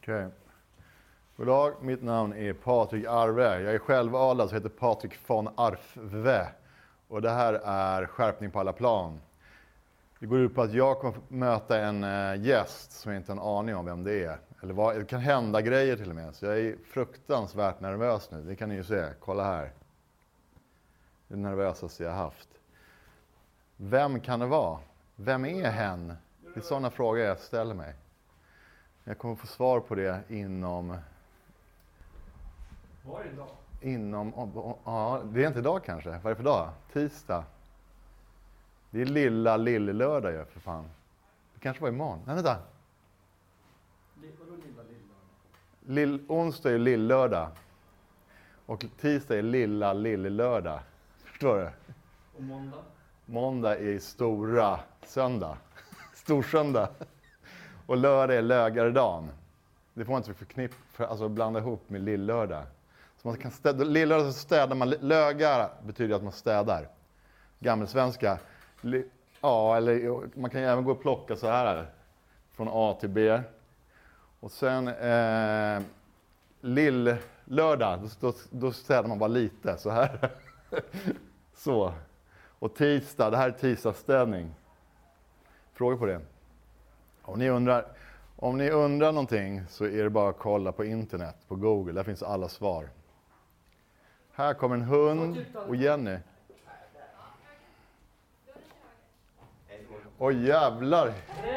Okej. God dag, mitt namn är Patrik Arve. Jag är självvalad så heter Patrik von Arve. Och det här är skärpning på alla plan. Det går ut på att jag kommer möta en gäst som jag inte har en aning om vem det är. Eller det kan hända grejer till och med. Så jag är fruktansvärt nervös nu. Det kan ni ju se. Kolla här. Det är det nervösaste jag har haft. Vem kan det vara? Vem är hen? Det är sådana frågor jag ställer mig. Jag kommer få svar på det inom... Var är idag? Ja, det är inte idag kanske. Vad är det för dag? Tisdag. Det är lördag ju för fan. Det kanske var imorgon. Nej, vänta. Vadå lilla? Onsdag är lillördag. Och tisdag är lillördag. Förstår du? Och måndag? Måndag är stora söndag. Storsöndag. Och lördag är lögardagen. Det får man inte alltså blanda ihop med lillördag. Så man kan lillördag så städar man. Lögar betyder att man städar. Gammelsvenska. Ja, eller man kan ju även gå och plocka så här. Från A till B. Och sen lillördag. Då städar man bara lite så här. Så. Och tisdag, det här är tisdagsstädning. Frågor på det? Om ni undrar någonting så är det bara att kolla på internet, på Google. Där finns alla svar. Här kommer en hund och Jenny. Oj jävlar.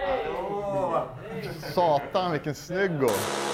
Satan vilken snygg gå.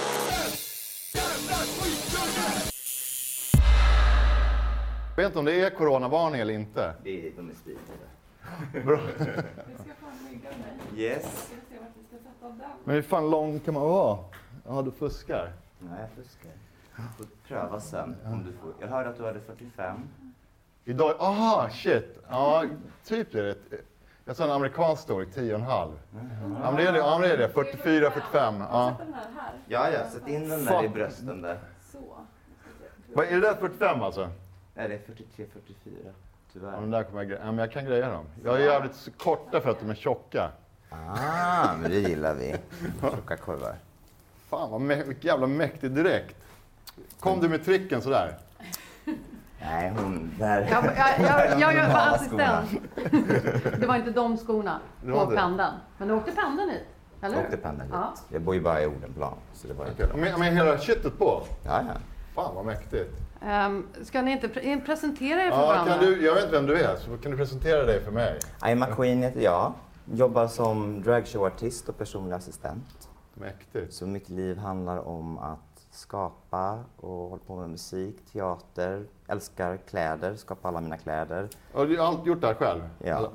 Jag vet inte om det är coronavarning eller inte. De är spritade. Bra. Vi ska få en mygga mig. Yes. Vi ska se vart vi ska sätta den. Men hur fan lång kan man vara? Ja, du fuskar. Nej, jag fuskar. Du får pröva sen. Om du får. Jag hörde att du hade 45. Idag, aha, shit. Ja, typ det är det. Jag sa en amerikansk storlek, 10,5. Ja, men det är det. 44, 45. Ja. Sätt den här. Ja, sätt in den där i brösten där. Så. Vad är det där 45 alltså? Nej, det är 43, 44. Tyvärr. Ja, men där kommer men jag kan greja dem. Jag är jävligt korta för att de är tjocka. Men det gillar vi. Tjocka korvar. Fan, vilken jävla mäktig direkt. Kom du med tricken sådär? Nej, hon där. Jag var assistent. Det var inte de skorna på pendeln. Men du åkte pendeln hit, eller? Jag åkte pendeln Ja. hit. Jag bor ju bara i Odenplan. Så det var inte bra. Men hela shitet på? Ja. Fan vad mäktigt. Ska ni inte presentera er för Ja, varandra? jag vet vem du är, så kan du presentera dig för mig? Aima Queen heter jag. Jobbar som dragshowartist och personlig assistent. Mäktigt. Så mitt liv handlar om att skapa och hålla på med musik, teater, älskar kläder, skapa alla mina kläder. Har du alltid gjort det här själv? Ja.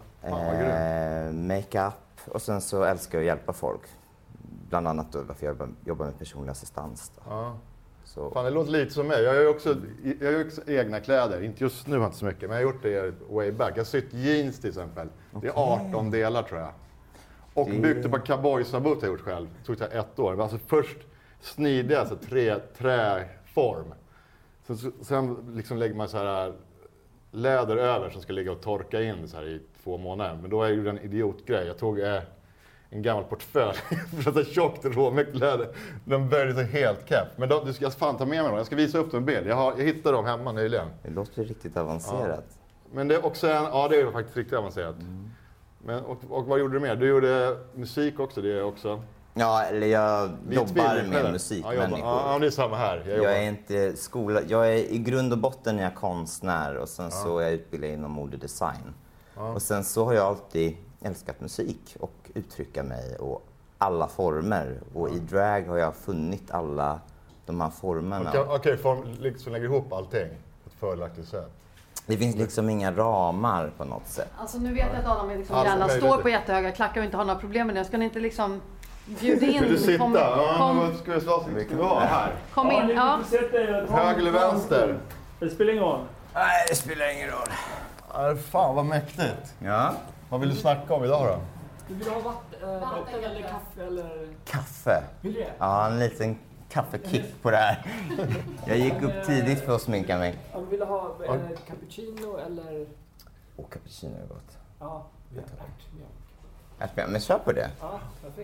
Makeup och sen så älskar jag att hjälpa folk. Bland annat då varför jag jobbar med personlig assistans. Då. Ja. Så. Fan, det låter lite som mig. Jag har ju också egna kläder. Inte just nu, inte så mycket, men jag har gjort det way back. Jag har sytt jeans till exempel. Det är 18 delar tror jag. Och byggt upp en cowboysabot har jag gjort själv. Det tog det 1 år. Men alltså först snidiga, alltså träform. Sen liksom lägger man så här läder över som ska ligga och torka in så här i 2 månader. Men då är ju en idiotgrej. Jag tog en gammal portfölj för att det är tjockt råmäkt läder. Den började så helt keff. Men då, du ska fan ta med mig dem. Jag ska visa upp en bild. Jag hittade dem hemma nyligen. Det låter riktigt avancerat. Ja. Men det är också det är faktiskt riktigt avancerat. Men, och vad gjorde du mer? Du gjorde musik också, det är också. Ja, eller jag jobbar med musikmänniskor. Ja, det är samma här. Jag är inte jag är i grund och botten är jag konstnär och sen så är jag utbildad inom modedesign. Ja. Och sen så har jag alltid älskat musik och uttrycka mig och alla former. Och i drag har jag funnit alla de här formerna. Okej, liksom lägger ihop allting på ett fördelaktigt sätt. Det finns liksom inga ramar på något sätt. Alltså nu vet jag att Adam liksom gärna står på jättehöga klackar och inte har några problem med det. Ska ni inte liksom bjuda in? Vill du sitta? Kom. Ska vi slåss? Ska vi vara här? Kom in, ja. Höger eller vänster? Det spelar ingen roll. Nej, det spelar ingen roll. Fan vad mäktigt. Ja. Vad vill du snacka om idag då? Du vill ha vatten eller kaffe eller... Kaffe. Vill du det? Ja, en liten kaffekick på det här. Jag gick upp tidigt för att sminka mig. Ja, vill du ha cappuccino eller... Cappuccino är gott. Ja, ärtmjölk. Men kör på det. Ja, perfekt.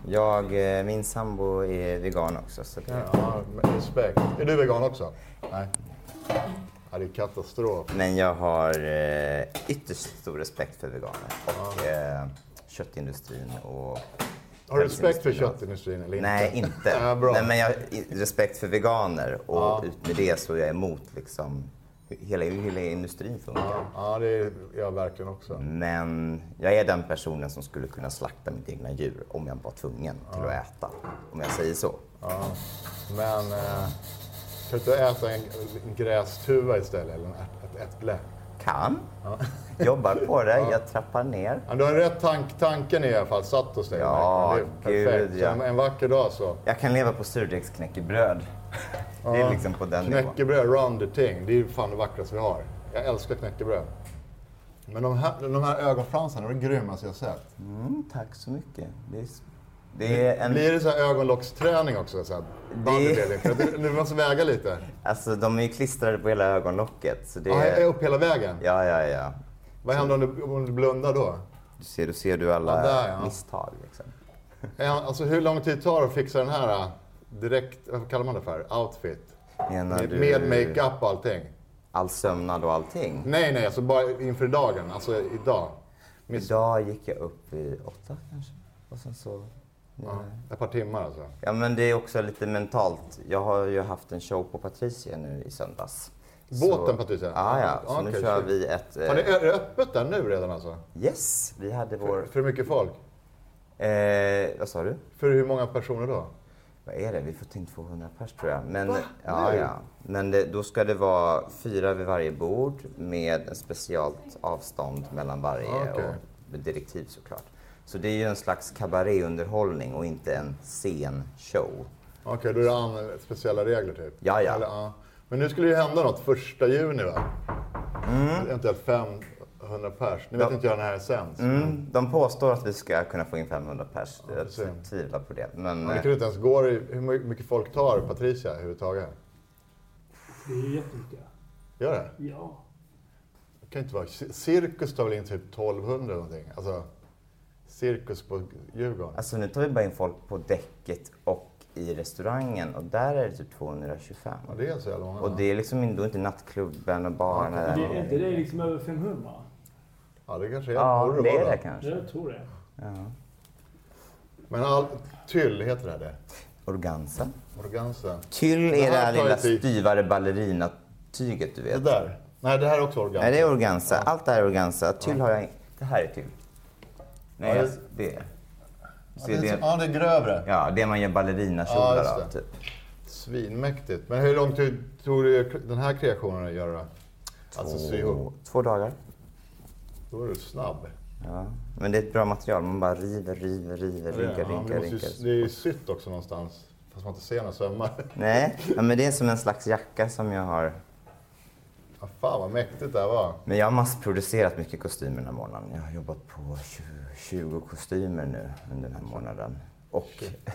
Min sambo är vegan också. Så Ja, respekt. Är du vegan också? Nej. Ja, det är katastrof. Men jag har ytterst stor respekt för veganer och köttindustrin. Och har du respekt för köttindustrin eller inte? Nej, inte. Ja, bra. Nej, men jag har respekt för veganer och ut med det så är jag emot liksom hela industrin funkar. Ja, det är jag verkligen också. Men jag är den personen som skulle kunna slakta mitt egna djur om jag var tvungen till att äta. Om jag säger så. Ja. Men kan du inte äta en grästuva istället eller ett äpple? Kan. Jobbar på det. Jag trappar ner. Ja, du har rätt tanken i alla fall satt hos dig. Ja, det är perfekt. gud, ja. Så en vacker dag så. Jag kan leva på surdegsknäckebröd. Det är liksom på den nivån. Knäckebröd, round the thing. Det är ju fan det vackraste vi har. Jag älskar knäckebröd. Men de här ögonfransarna, de är grymmaste jag sett. Tack så mycket. Blir det så här ögonlocksträning också? Så här, du måste väga lite. Alltså de är ju klistrade på hela ögonlocket. Så det är upp hela vägen? Ja. Vad händer om du blundar då? Då ser du alla misstag. Liksom. Alltså hur lång tid tar det att fixa den här direkt, vad kallar man det för? Outfit? Med makeup och allting? All sömnad och allting? Nej, alltså bara inför dagen, alltså idag. Idag gick jag upp vid 8 kanske. Och sen så... ett par timmar alltså? Ja, men det är också lite mentalt. Jag har ju haft en show på Patricia nu i söndags. Båten Patricia? Ja. Så nu kör vi ett... Är det öppet där nu redan alltså? Yes, vi hade vår... För hur mycket folk? Vad sa du? För hur många personer då? Vad är det? Vi får in 200 pers tror jag. Men, ja. Men då ska det vara 4 vid varje bord med en speciellt avstånd mellan varje och med direktiv såklart. Så det är ju en slags kabaréunderhållning och inte en scenshow. Okej, då är det speciella regler typ? Ja. Eller, men nu skulle det ju hända något 1 juni va? Eventuellt 500 pers. Nu vet inte jag när det här sänds. De påstår att vi ska kunna få in 500 pers. Jag tvivlar på det. Men det kan inte ens gå. Hur mycket folk tar Patricia överhuvudtaget? Det är jättemycket. Gör det? Ja. Det kan inte vara. Cirkus tar väl in typ 1200 någonting? Alltså, cirkus på Djurgården. Alltså nu tar vi bara in folk på däcket och i restaurangen och där är det typ 225. Ja, det är så jävla många. Och det är liksom då inte nattklubben och barnen. Är inte det liksom över 500? Ja, det kanske är. Ja, det är det kanske. Jag tror det. Ja. Men tyll heter det? Organza. Tyll är det här lilla styvare ballerinatyget du vet. Det där? Nej, det här är också organza. Nej, det är organza. Allt det här är organza. Tyll har jag... Det här är tyll. Nej, det är... det är grövre. Ja, det man gör ballerinakjolar av typ. Svinmäktigt. Men hur lång tid tog det den här kreationen att göra? Alltså sy ihop? 2 dagar. Då är du snabb. Ja, men det är ett bra material. Man bara river, rinkar. Det är ju sytt också någonstans. Fast man inte ser några sömmar. Nej, men det är som en slags jacka som jag har... Ja, fan vad mäktigt det här var. Men jag har massproducerat mycket kostymer den här månaden. Jag har jobbat på 20 kostymer nu under den här månaden. Och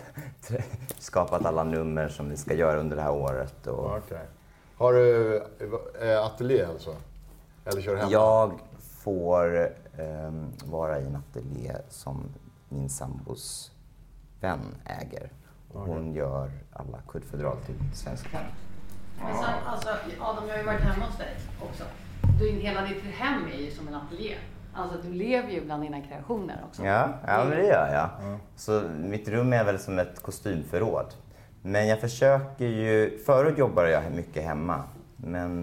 skapat alla nummer som vi ska göra under det här året. Och... Okej. Har du ateljé alltså? Eller kör hemma? Jag får vara i en ateljé som min sambos vän äger. Och hon gör alla kuddfodral till svenska. Men sen, alltså, Adam, jag har ju varit hemma hos dig också. Hela ditt hem är ju som en ateljé. Alltså du lever ju bland dina kreationer också. Ja men det gör jag. Så mitt rum är väl som ett kostymförråd. Men jag försöker ju... Förut jobbade jag mycket hemma. Men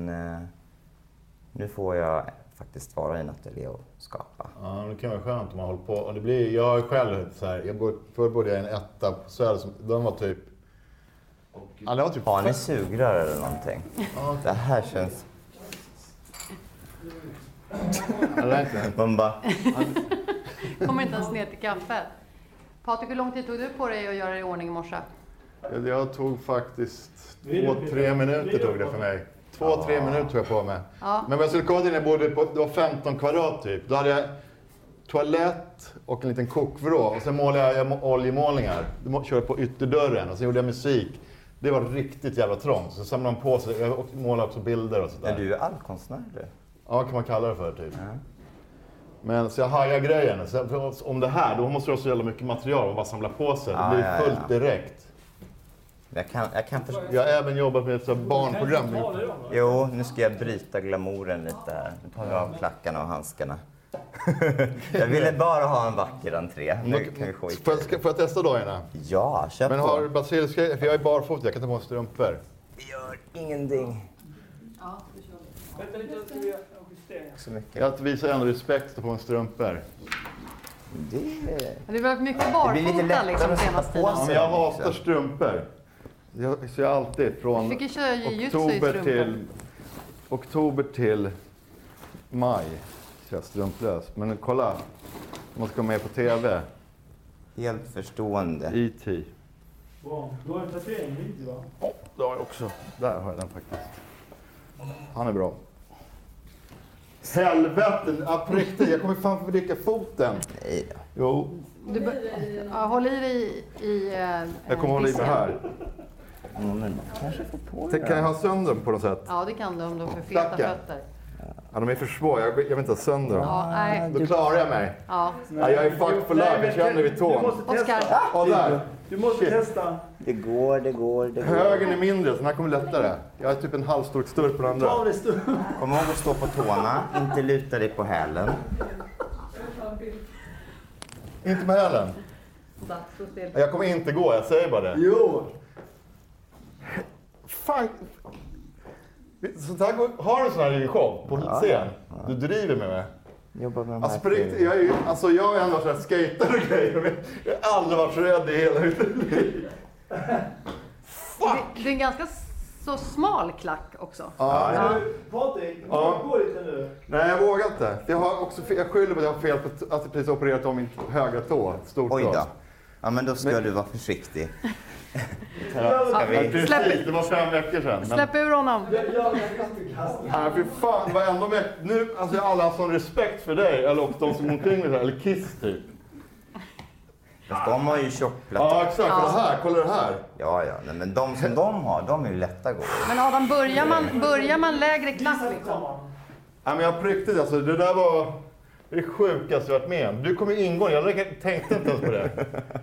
nu får jag faktiskt vara i en ateljé och skapa. Ja, det kan vara skönt om man håller på. Och det blir, jag är själv så här, förr bodde jag i en etta på Söder som, de var typ... Ja, det var typ har ni sugrör eller någonting? Det här känns... Man bara... Kommer inte ens ner till kaffet. Patrik, hur lång tid tog du på dig att göra det i ordning i morse? Jag tog faktiskt 2-3 minuter tog det för mig. 2-3 minuter tog jag på mig. Ja. Men jag skulle komma till när jag bodde på, det var 15 kvadrat typ. Då hade jag toalett och en liten kokvrå. Och sen målade jag oljemålningar. Då körde på ytterdörren och sen gjorde jag musik. Det var riktigt jävla trångt. Så samlade man på sig. Jag målade också bilder och sådär. Är du allkonstnär du? Ja, kan man kalla det för typ. Men så jag hajar grejen. Så om det här, då måste du ha så jävla mycket material och bara samla på sig. Det blir fullt direkt. Jag kan förstå. Jag har även jobbat med ett barnprogram. Jo, nu ska jag bryta glamouren lite här. Nu tar vi av klackarna och handskarna. Jag ville bara ha en vacker entré. Nu kan vi skita. Får jag testa dagarna? Ja, köp Men på. har basilisk, för jag är barfot, jag kan ta på mig strumpor. Det gör ingenting. Ja, du kör det. Vänta lite, jag ska göra en justering. Så mycket. Jag visar ändå respekt på mig strumpor. Det har varit mycket Det blir lite barfota lättare liksom att sätta senaste på tiden. Ja, men jag hatar strumpor. Jag ser alltid från Vi fick ju köra jujutsu i strumpor. oktober till maj. Så jag är strumplös. Men kolla, man ska med på TV. Helt förstående. E.T. Bra. Du har en tatuering inte va? Ja, det har jag också. Där har jag den faktiskt. Han är bra. Helvete, på riktigt. Jag kommer fan få vricka foten. Nej då. Jo, Håll i dig i jag kommer hålla i mig här. Men kanske få på det. Kan jag ha sönder dem på något sätt? Ja, det kan du om du har för feta Klacken. fötter. Ja, de är för små. Jag vill inte ha sönder dem. Ja, nej. Då klarar jag mig. Ja. Ja, jag är fucked for life. Jag känner vid Du tån. måste Oskar. testa. Ja, där. Du måste Shit. testa. Det går. Högen är mindre, så den här kommer lättare. Jag är typ en halvstork sturk på den Ta av andra. dig stund. Kom ihåg att stå på tårna. Inte luta dig på hälen. Inte med hälen. Så still. Jag kommer inte gå, jag säger bara det. Jo. Fan. Sånt här har du en sån här show på scen? Du driver med mig. Jobba med de Alltså, här på riktigt, jag har ändå varit skater och grejer. Jag har aldrig varit så rädd i hela mitt liv. Det är en ganska så smal klack också. Ja. Patrik, Ja. gå lite nu. Nej, jag vågar inte. Jag skyller på att jag har fel på att jag precis opererat om min högra tå. Stortå. Oj då. Ja, men då ska du vara försiktig. Ja, vi- precis, det var 5 veckor sedan. Men, Släpp ur honom. nej, fy fan, det var ändå med. Nu, alltså jag har alla sån respekt för dig, eller de som omkring mig, eller Kiss typ. Fast de har ju tjockplatta. Ja, exakt. Ja. Det här, kolla det här. Ja. Nej, men de som de har, de är ju lätta att gå. Men Adam, börjar man lägre klack liksom? Nej, men jag på riktigt, alltså det där var det sjukaste jag varit med om. Du kommer ingå, jag tänkte inte ens på det.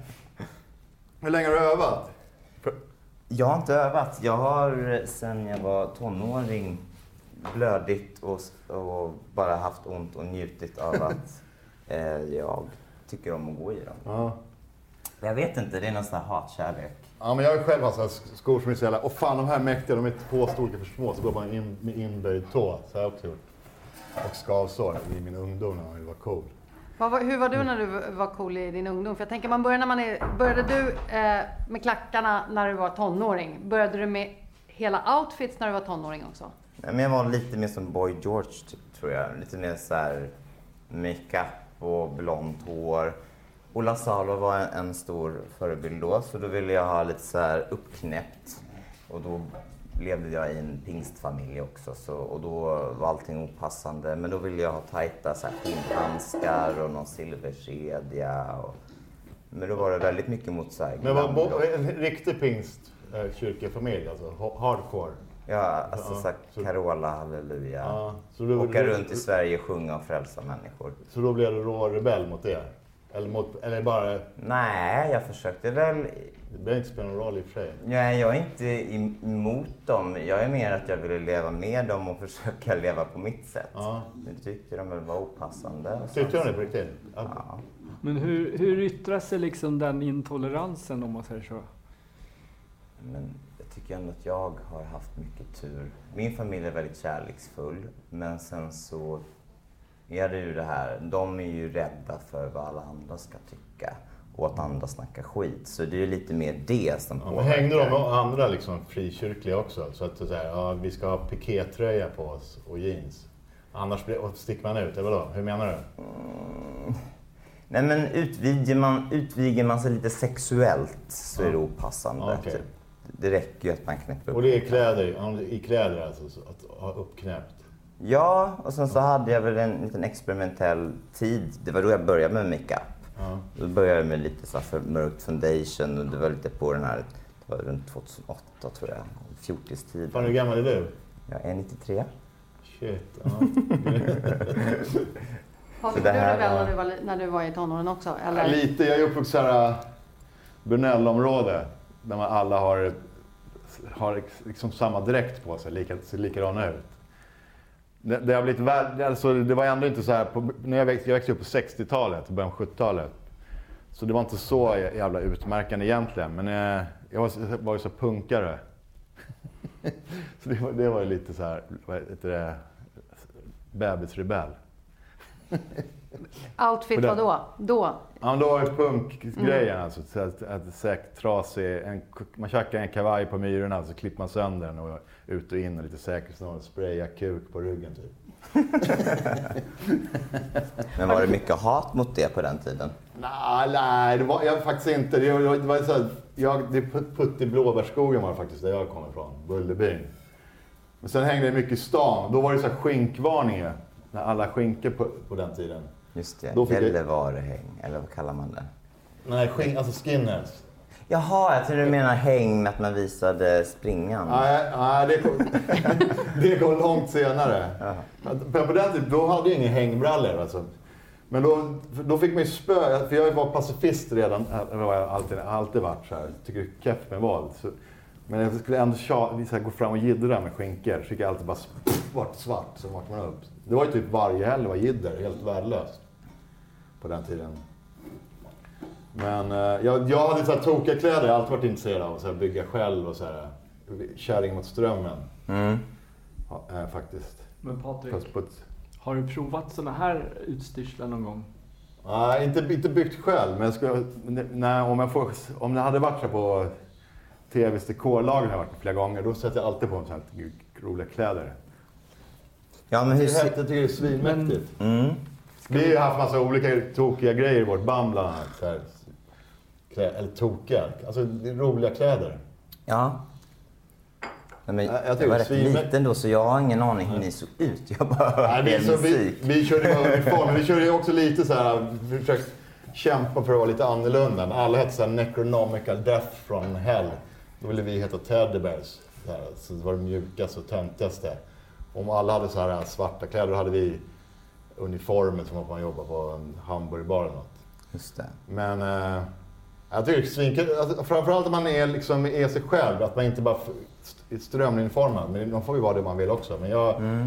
Hur länge har du övat? Jag har inte övat. Jag har sen jag var tonåring blödigt och bara haft ont och njutit av att jag tycker om att gå i dem. Ja. Jag vet inte, det är någon sån här hatkärlek. Ja, men jag har själv haft sådana skor som är så jävla... Och fan, de här mäktiga, de är 2 storlekar för små. Så går man in med inböjd tå. Så har jag också gjort. Och skavsår i min ungdom när jag var cool. Hur var du när du var cool i din ungdom? För jag tänker, började du med klackarna när du var tonåring? Började du med hela outfits när du var tonåring också? Men jag var lite mer som Boy George, typ, tror jag. Lite mer så här makeup och blont hår. Ola Salo var en stor förebild då, så då ville jag ha lite så här uppknäppt. Och då levde jag i en pingstfamilj också, och då var allting opassande. Men då ville jag ha tajta så här skinnhandskar och någon silverkedja. Men då var det väldigt mycket mot så här Men glam då. en riktig pingstkyrkefamilj, alltså hardcore. Ja, alltså Ja, så här så- Carola, halleluja. Ja, så du, Åka runt i Sverige och sjunga och frälsa människor. Så då blev du rå rebell mot det? Eller bara... Nej, jag försökte väl... Det behöver inte spela någon roll i och för sig. Nej, jag är inte emot dem. Jag är mer att jag ville leva med dem och försöka leva på mitt sätt. Ja. Nu tyckte de väl var opassande. Tyckte du det på riktigt? Ja. Men hur yttrar sig liksom den intoleransen om man säger så? Men jag tycker ändå att jag har haft mycket tur. Min familj är väldigt kärleksfull, men sen så är det ju det här. De är ju rädda för vad alla andra ska tycka och att andra snackar skit. Så det är ju lite mer det som Ja, men påverkar. hängde de med andra liksom frikyrkliga också? Så att säga, ja, vi ska ha pikétröja på oss och jeans. Annars sticker man ut, eller vadå? Hur menar du? Nej, men utviger man sig lite sexuellt så är det opassande. Ja, okej. Typ. Det räcker ju att man knäpper upp. Och det är kläder alltså, så att ha uppknäppt. Ja, och sen så hade jag väl en liten experimentell tid. Det var då jag började med makeup. Ja. Då började jag med lite så här för mörkt foundation och det var lite på den här, det var runt 2008 tror jag, 14-tiden. Fan, hur gammal är du? Jag är 93. Shit, ja. Patrik, var du rebell när du var i tonåren också? Eller? Ja, lite. Jag är uppvuxen så här Brunellområde. Där man alla har liksom samma dräkt på sig. Ser likadana ut. Det har blivit alltså, det var ändå inte så här. När jag växte upp på 60-talet och början på 70-talet. Så det var inte så jävla utmärkande egentligen. Men jag var ju så punkare. Så det var ju lite så här, vad heter det, bebisrebell. Outfit vad då? Ja, men då var det punkgrejen alltså. Trasig, man tjackar en kavaj på myrorna så klipper man sönder den och ut och in och lite säkerhetsnål och spraya kuk på ryggen typ. Men var det mycket hat mot det på den tiden? Nej, det var jag faktiskt inte. Det var så här, det är putt i Blåbärsskogen var det faktiskt där jag kommer ifrån, Bullerbyn. Men sen hängde det mycket i stan. Då var det så här skinkvarningar. När alla skinkor på den tiden. Just det, Gällevarehäng, eller vad kallar man det? Nej, alltså skinners. Jaha, jag tror du menar häng med att man visade springan. Nej, det går långt senare. På den tiden, då hade jag inga hängbrallor alltså. Men då fick man ju spö, för jag var pacifist redan, det har jag alltid varit så här. Tycker det är keff med våld. Men jag skulle ändå gå fram och jiddra med skinkor. Så fick jag alltid bara vart svart, så vaknade man upp. Det var ju typ varje helg var jidder, helt värdelöst. På den tiden. Men jag hade så här tokiga kläder, jag har alltid varit intresserad av. Så här, bygga själv och så här. Kärring mot strömmen. Ja, faktiskt. Men Patrik, har du provat såna här utstyrslar någon gång? Nej, inte byggt själv. Men om det hade varit så på TVSTK-lagen har jag varit flera gånger. Då sätter jag alltid på mig sådana här roliga kläder. Ja, men jag tycker det är svinmäktigt. Vi har ju haft massa olika tokiga grejer i vårt band bland annat. Så här, eller tokiga. Alltså roliga kläder. Ja. Men jag var rätt liten då så jag har ingen aning hur ni såg ut. Jag bara hörde musik. Vi körde bara uniform. Vi körde också lite så här. Vi försökte kämpa för att vara lite annorlunda. Men alla hette så här Necronomical Death from Hell. Då ville vi heta Teddy Bears. Så det var det mjukaste och töntigaste. Om alla hade så här svarta kläder då hade vi uniformer som man jobbar på en hamburgerbar eller något. Just det. Men jag tycker svinkul. Alltså, framförallt att man är sig själv. Att man inte bara är strömlinjeformad. Men man får ju vara det man vill också. Men när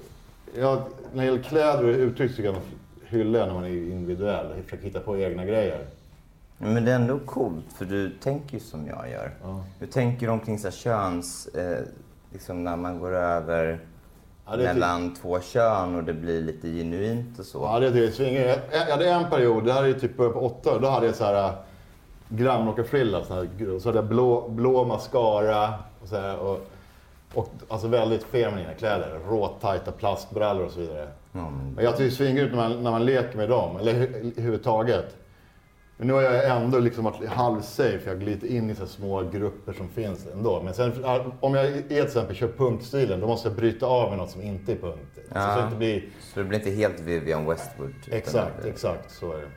det gäller kläder och uttryck så kan man hylla när man är individuell. Och försöka hitta på egna grejer. Men det är ändå coolt för du tänker ju som jag gör. Du tänker omkring så här köns... liksom när man går över mellan två kön och det blir lite genuint och så. Ja, det är svingar. Jag hade en period, det här är typ på 8 år, då hade jag så här grannrockarfrilla, så hade jag blå mascara och så här, och alltså väldigt feminina kläder, råtajta plastbrallor och så vidare. Men jag tycker det svingar ut när man leker med dem, eller överhuvudtaget. Men nu har jag ändå liksom varit halvsafe, jag glidit in i så små grupper som finns ändå. Men sen, om jag till exempel kör punkstilen, då måste jag bryta av med något som inte är punk. Ja. Så det blir inte helt Vivienne Westwood. Exakt, så är det.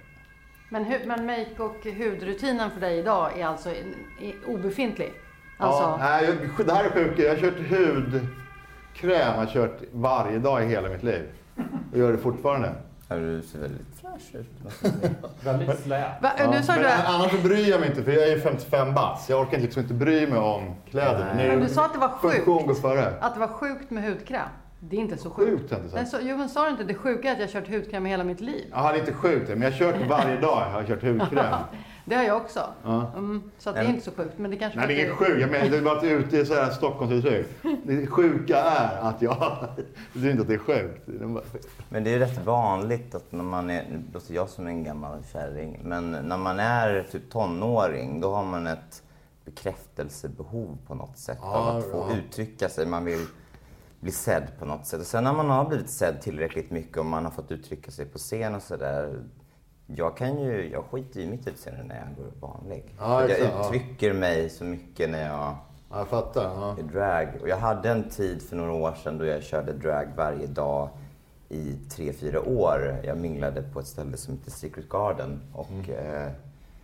Men make- och hudrutinen för dig idag är alltså obefintlig? Alltså... Ja, nej, det här är sjukt. Jag har kört hudkräm, jag har kört varje dag i hela mitt liv. Och gör det fortfarande. Du ser väldigt fräsch ut. Väldigt slät. Annars så bryr jag mig inte, för jag är 55 bass. Jag orkar liksom inte bry mig om kläder. Men du sa att det var sjukt. Går före. Att det var sjukt med hudkräm. Det är inte så sjukt. Men sa du inte det sjuka att jag har kört hudkräm i hela mitt liv? Ja, det är inte sjukt, men jag har kört varje dag. Jag har kört hudkräm. Det har jag också. Så att det är inte så sjukt. Men det kanske... Nej, det är inget sjukt. Jag menar, det har varit ute i så här Stockholmsuttryck. Det sjuka är att det är inte att det är sjukt. Men det är rätt vanligt att när man är, nu låter jag som en gammal kärring, men när man är typ tonåring, då har man ett bekräftelsebehov på något sätt av att få uttrycka sig. Man vill bli sedd på något sätt. Och sen när man har blivit sedd tillräckligt mycket och man har fått uttrycka sig på scen och sådär. Jag skiter i mitt utseende när jag går vanlig. Jag uttrycker mig så mycket när jag fattar. är drag. Och jag hade en tid för några år sedan då jag körde drag varje dag i 3-4 år. Jag minglade på ett ställe som heter Secret Garden. Och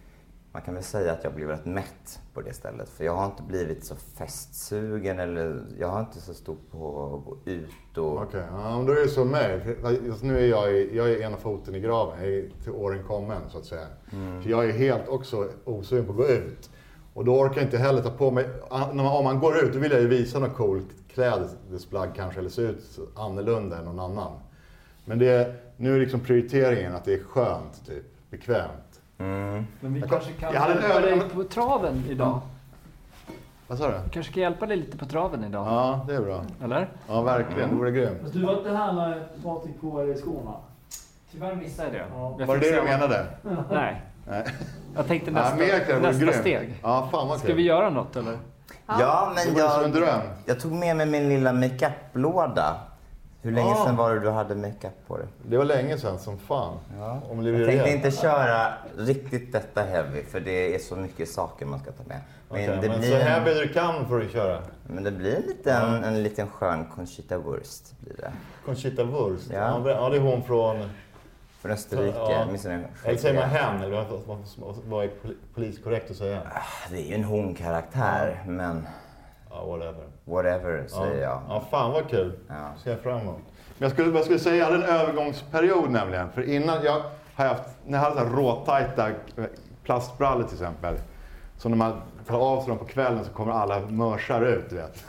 Man kan väl säga att jag blev rätt mätt på det stället. För jag har inte blivit så festsugen eller jag har inte så stor på att gå ut och... Okej, men då är det så med. Just nu är jag är ena foten i graven. Jag är till åren kommen så att säga. För jag är helt också osugen på att gå ut. Och då orkar jag inte heller ta på mig... Om man går ut, då vill jag ju visa något coolt klädesplagg kanske. Eller se ut annorlunda än någon annan. Men nu är liksom prioriteringen att det är skönt, typ. Bekvämt. Men vi kanske kan jag hade hjälpa dig på traven idag. Vad sa du? Vi kanske kan hjälpa dig lite på traven idag. Ja, det är bra. Eller? Ja, verkligen. Det vore grymt. Du var inte här när Patrik provade i skorna? Tyvärr missade jag det. Ja. Var det du menade? Nej. Nej. Jag tänkte nästa steg. Ja, fan vad kul. Ska vi göra något eller? Ja, men det var som en dröm. jag tog med mig min lilla makeup-låda. Hur länge sedan var det du hade makeup på dig? Det var länge sedan som fan. Ja. Om Jag tänkte inte köra riktigt detta heavy för det är så mycket saker man ska ta med. Men, men så heavy du kan får du köra. Men det blir en liten skön Conchita Wurst blir det. Conchita Wurst? Ja. Ja, det är hon från Österrike. Ja. Eller säger man hen? Eller vad är poliskorrekt att säga? Det är ju en hon-karaktär, men... Ja, whatever. Whatever, säger jag. Ja, fan vad kul. Ja. Ser jag fram emot. Men jag skulle säga, jag hade en övergångsperiod nämligen. För innan jag hade så här råtajta plastbrallor till exempel. Så när man tar av sig dem på kvällen så kommer alla mörsar ut, du vet.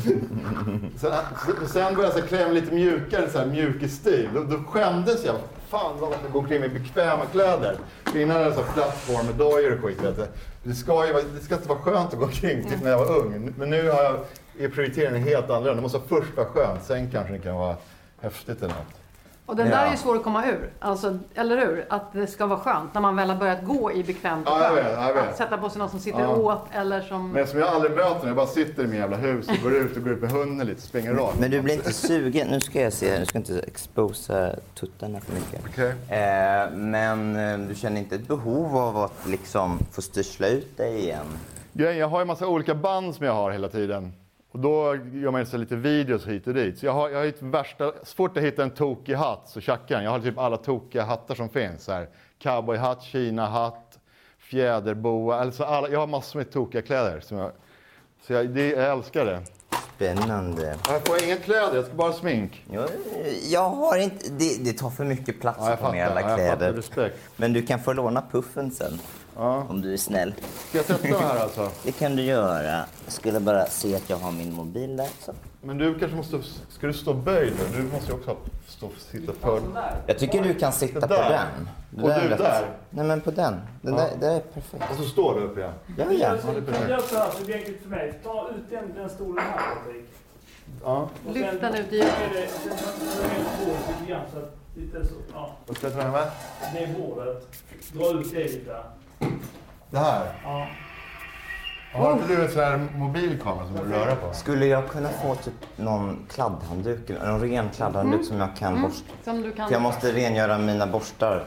Sen började jag klä mig lite mjukare, så här mjukisstil. Då skämdes jag. Fan vad man går omkring med bekväma kläder. För innan hade jag så här plattform med dojor och skit, vet du. Det ska inte vara skönt att gå omkring typ när jag var ung. Men nu är prioriteringen helt annorlunda. Det måste först vara skönt, sen kanske det kan vara häftigt eller något. Och den där är ju svår att komma ur. Alltså, eller hur? Att det ska vara skönt när man väl har börjat gå i bekvämt och jag vet. Att sätta på sig någon som sitter åt eller som... Men som jag aldrig möter, jag bara sitter i min jävla hus och går ut med hunden lite, springer rakt. Men du blir inte sugen, nu ska jag se, nu ska inte exposa tuttarna för mycket. Okej. Men du känner inte ett behov av att liksom få styrsla ut dig igen? Jag har ju massa olika band som jag har hela tiden. Och då gör man så lite videos hit och dit. Så jag har ett värsta... Så fort jag hittar en tokig hatt så tjackar jag. Jag har typ alla tokiga hattar som finns. Så här. Cowboyhatt, Kina-hatt, fjäderboa. Alltså jag har massor med tokiga kläder. Jag älskar det. Spännande. Jag får inga kläder, jag ska bara smink. Jag har inte... Det tar för mycket plats på med alla kläder. Respekt. Men du kan få låna puffen sen. Ja. Om du är snäll. Ska jag sätta mig här alltså? Det kan du göra. Jag skulle bara se att jag har min mobil där. Så. Men du kanske måste... Ska du stå böjd nu? Du måste ju också sitta för... Jag tycker du kan sitta på den. Och du där? Nej, men på den. Den där är perfekt. Och så står du upp igen. Ja. Kan du göra så här så det är enkelt för mig? Ta ut den stolen här, Patrik. Ja. Lyft den ut i ljuset. Sen tar du bordet lite grann så att lite så... Ja. Vad ska jag ta med? Det är bordet. Dra ut det lite. Det här? Ja. Har inte du en sån här mobilkamera som du rör på? Skulle jag kunna få typ någon kladdhandduk, en ren kladdhandduk som jag kan borsta? Som du kan... För jag måste rengöra mina borstar.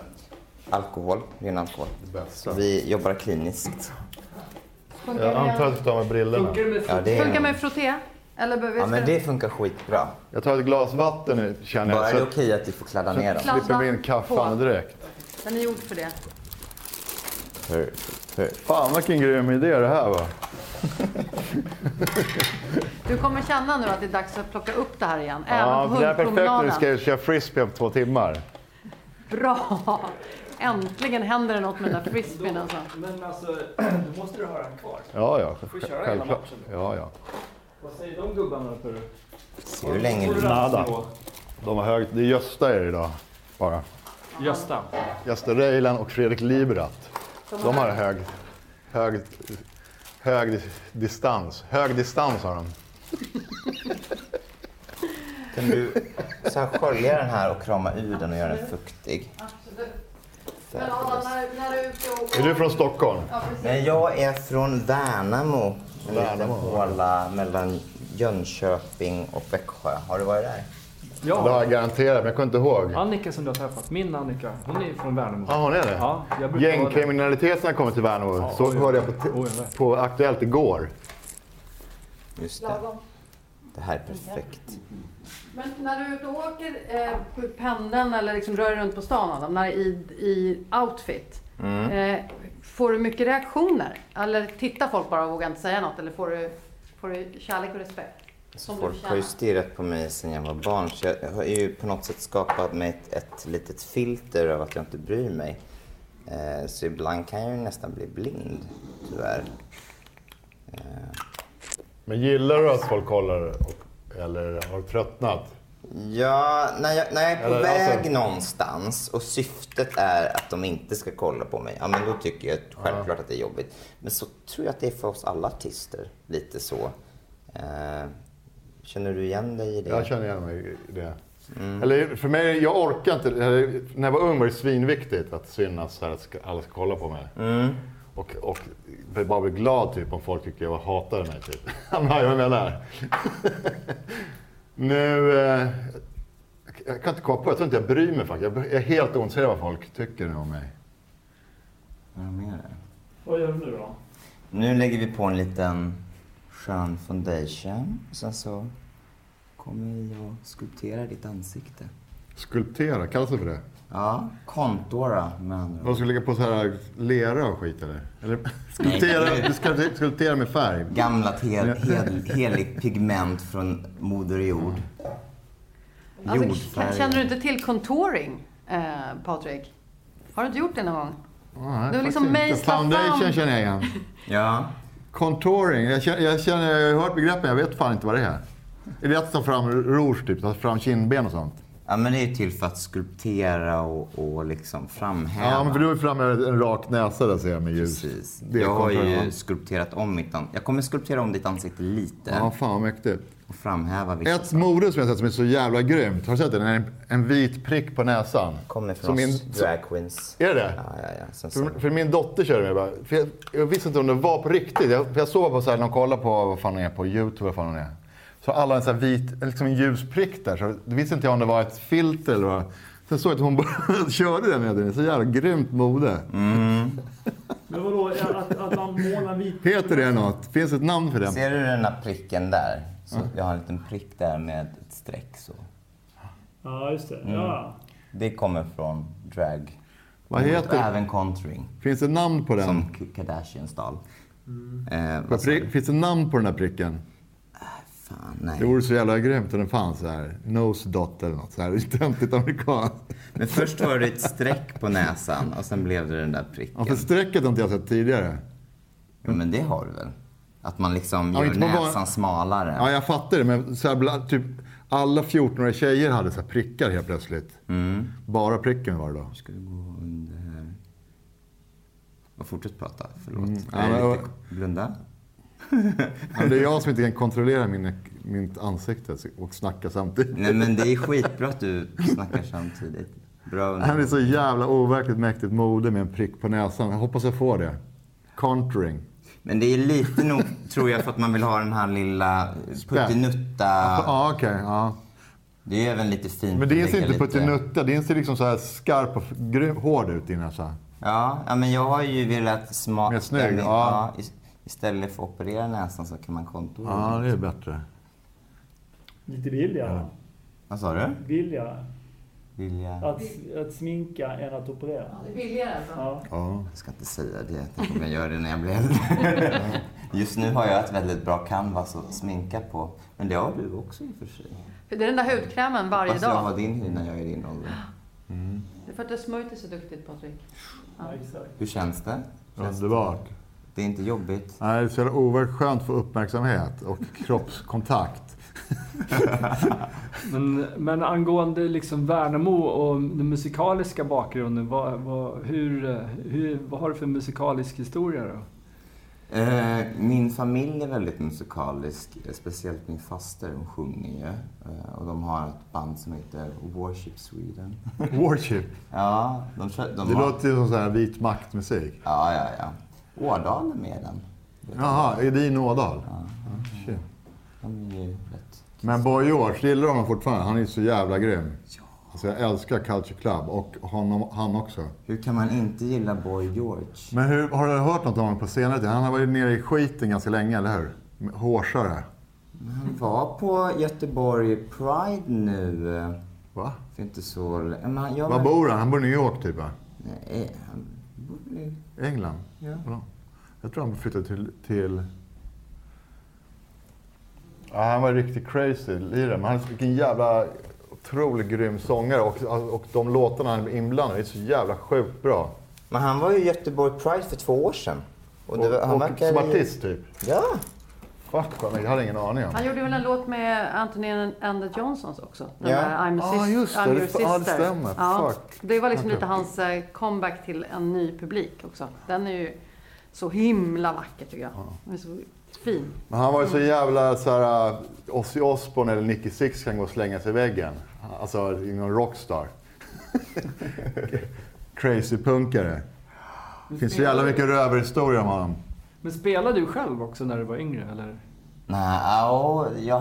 Ren alkohol. Så vi jobbar kliniskt. Jag antar att du tar med brillorna. Funkar med frotté? Eller behöver Ja, men det funkar skitbra. Jag tar ett glas vatten nu, känner jag. Bara är det okej att vi får kladda ner dem? Slipper vi in kaffan direkt. Den är gjord för det. Fan vilken grym idé det här var. Du kommer känna nu att det är dags att plocka upp det här igen. Även Ja, på det är perfekt när hundpromenaden. du ska köra frisbee på 2 timmar. Bra! Äntligen händer det något med den där frisbeen alltså. Men alltså, då måste du ha den kvar. Ja. Får vi köra hela Självklart. matchen? Ja. Vad säger de gubbarna för? Se hur länge du... Nada. De har högt. Det är Gösta er idag. Bara. Gösta. Gösta Reiland och Fredrik Liberat. De har hög distans. Hög distans har de. Kan du så här skölja den här och krama ur den och göra den fuktig? Absolut. Men Adam, när du är ute och... Är du från Stockholm? Ja, precis. Nej, jag är från Värnamo. En liten Värnamo. håla mellan Jönköping och Växjö. Har du varit där? Det har jag garanterat, men jag kommer inte ihåg. Annika som du har träffat, min Annika, hon är från Värnamo. Ja, hon är det? Ja, jag brukar vara Gängkriminaliteten har kommit till Värnamo. Så hörde jag på Aktuellt igår. Just det. Lagom. Det här är perfekt. Men när du är ute och åker på pendeln eller liksom rör dig runt på stan Adam, när i outfit. Får du mycket reaktioner? Eller tittar folk bara och vågar inte säga något? Eller får du kärlek och respekt? Folk har ju stirrat på mig sedan jag var barn. Så jag har ju på något sätt skapat mig ett litet filter av att jag inte bryr mig. Så ibland kan jag ju nästan bli blind, tyvärr. Men gillar du att folk kollar eller har du tröttnat? Ja, när jag är på väg alltså någonstans och syftet är att de inte ska kolla på mig, ja men då tycker jag självklart att det är jobbigt. Men så tror jag att det är för oss alla artister, lite så. Känner du igen dig i det? Jag känner igen mig i det. Eller för mig, jag orkar inte. När jag var ung var det svinviktigt att synas här, att alla ska kolla på mig. Och bara bli glad typ om folk tycker jag hatade mig typ. Jag menar. Nu, jag kan inte komma på, jag tror inte jag bryr mig faktiskt. Jag är helt ointresserad vad folk tycker om mig. Vad menar du? Vad gör du nu då? Nu lägger vi på en liten skön foundation. Och sen så kommer vi att skulptera ditt ansikte. Skulptera, kallas det för det? Ja, kontora med andra ord. De ska lägga på så här lera och skit eller? Eller du ska skulptera med färg. Gamla heligt pigment från moder jord. Alltså, känner du inte till contouring, Patrik? Har du inte gjort det någon gång? Nej, du liksom mejslar foundation fram. känner jag igen. Ja. Contouring, jag har hört begreppen, jag vet fan inte vad det är. Är det att ta fram rouge typ, ta fram kindben och sånt? Ja, men det är till för att skulptera och liksom framhäva. Ja, men för du är framme en rak näsa där ser jag med ljus. Precis. Jag har ju skulpterat om mitt ansikte. Jag kommer skulptera om ditt ansikte lite. Ja, fan vad mäktigt. Och framhäva vissa Ett mode som jag sett som är så jävla grymt. Har du sett det? En vit prick på näsan. Kommer från drag queens. Är det? Ja. För min dotter körde mig bara. För jag visste inte om det var på riktigt. För jag såg på så här, när de kollar på vad fan hon är på YouTube, vad fan hon är. Så alla en sån här vit, liksom en ljus prick där. Så det visste inte jag om det var ett filter eller vad. Sen såg jag att hon bara körde den med den. Så jävla grymt mode. Men vadå, att man målar vit? Heter det något? Finns det ett namn för den? Ser du den där pricken där? Så jag har en liten prick där med ett streck så. Ja, just det. Ja. Det kommer från drag. Vad heter det? Även contouring. Finns det namn på den? Som Kardashian-stal. Finns det namn på den här pricken? Fan, nej. Det vore så jävla grymt om den fanns så här. Nose dot eller något så här. Töntigt amerikanskt. Men först var det ett streck på näsan och sen blev det den där pricken. Ja, för strecket har inte jag sett tidigare. Ja, men det har du väl? Att man liksom gör näsan smalare. Ja, jag fattar det. Men så här, typ alla 14-åriga tjejer hade så här prickar helt plötsligt. Bara pricken var det då. Ska vi gå under här? Och fortsätt prata, förlåt. Blunda. Ja, det är jag som inte kan kontrollera mitt ansikte och snacka samtidigt. Nej, men det är skitbra att du snackar samtidigt. Bra. Han är så jävla overkligt mäktigt mode med en prick på näsan. Jag hoppas jag får det. Contouring. Men det är lite nog, tror jag, för att man vill ha den här lilla puttinutta. Ja, okej. Ja. Det är även lite fint. Men det är inte puttinutta. Det ser liksom så här skarp och hård ut i näsan. Ja, men jag har ju velat Mer snygg, ja. Istället för att operera näsan så kan man kontora. Ja, det är bättre. Lite billigare. Ja. Vad sa du? Billigare. Vilja. Att sminka än att operera. Ja, det är billigare alltså. Ja. Jag ska inte säga det. Jag kommer göra det när jag blir äldre. Just nu har jag ett väldigt bra canvas att sminka på. Men det har du också i och för sig. För det är den där hudkrämen varje Fast jag dag. har din hy när jag är i din ålder. Det är för att du smörjt så duktigt, Patrik. Ja, exakt. Hur känns det? Underbart. Det är inte jobbigt. Nej, det är så jävla overkligt skönt att få uppmärksamhet och kroppskontakt. Men angående liksom Värnamo och den musikaliska bakgrunden, vad har du för musikalisk historia då? Min familj är väldigt musikalisk, speciellt min faster, hon sjunger ju. Och de har ett band som heter Worship Sweden. Worship? Ja, det låter ju som sån här vit maktmusik. Ja. Ådal är med den. Jaha, är det i Ådal? Ja. Shit. De är ju rätt... Men Boy George, gillar honom fortfarande? Han är så jävla grym. Ja. Alltså jag älskar Culture Club och han också. Hur kan man inte gilla Boy George? Men har du hört något om honom på senare tid? Han har varit nere i skiten ganska länge, eller hur? Hårsare. Han var på Göteborg Pride nu. Va? För inte så... Var bor han? Han bor i New York typ va? Nej, han England? Ja. Bra. Jag tror han flyttade till... Ja, han var riktigt crazy lirare. Men han fick en jävla otroligt grym sångare. Och de låtarna han är inblandad är så jävla sjukt bra. Men han var ju i Göteborg Pride för 2 år sedan. Och som artist typ? Ja. Fuck, jag hade ingen aning om. Han gjorde väl en låt med Anthony and the Johnsons också. Den Ja. där I'm your sister. Ja, det stämmer. Ja, Fuck. det var liksom lite hans comeback till en ny publik också. Den är ju så himla vacker tycker jag. Den är så fin. Men han var ju så jävla såhär, Ozzy Osbourne eller Nicky Six kan gå och slänga sig i väggen. Alltså, någon rockstar. Crazy punkare. Det finns så jävla mycket röverhistorier om honom. Men spelade du själv också när du var yngre, eller? Nej, jag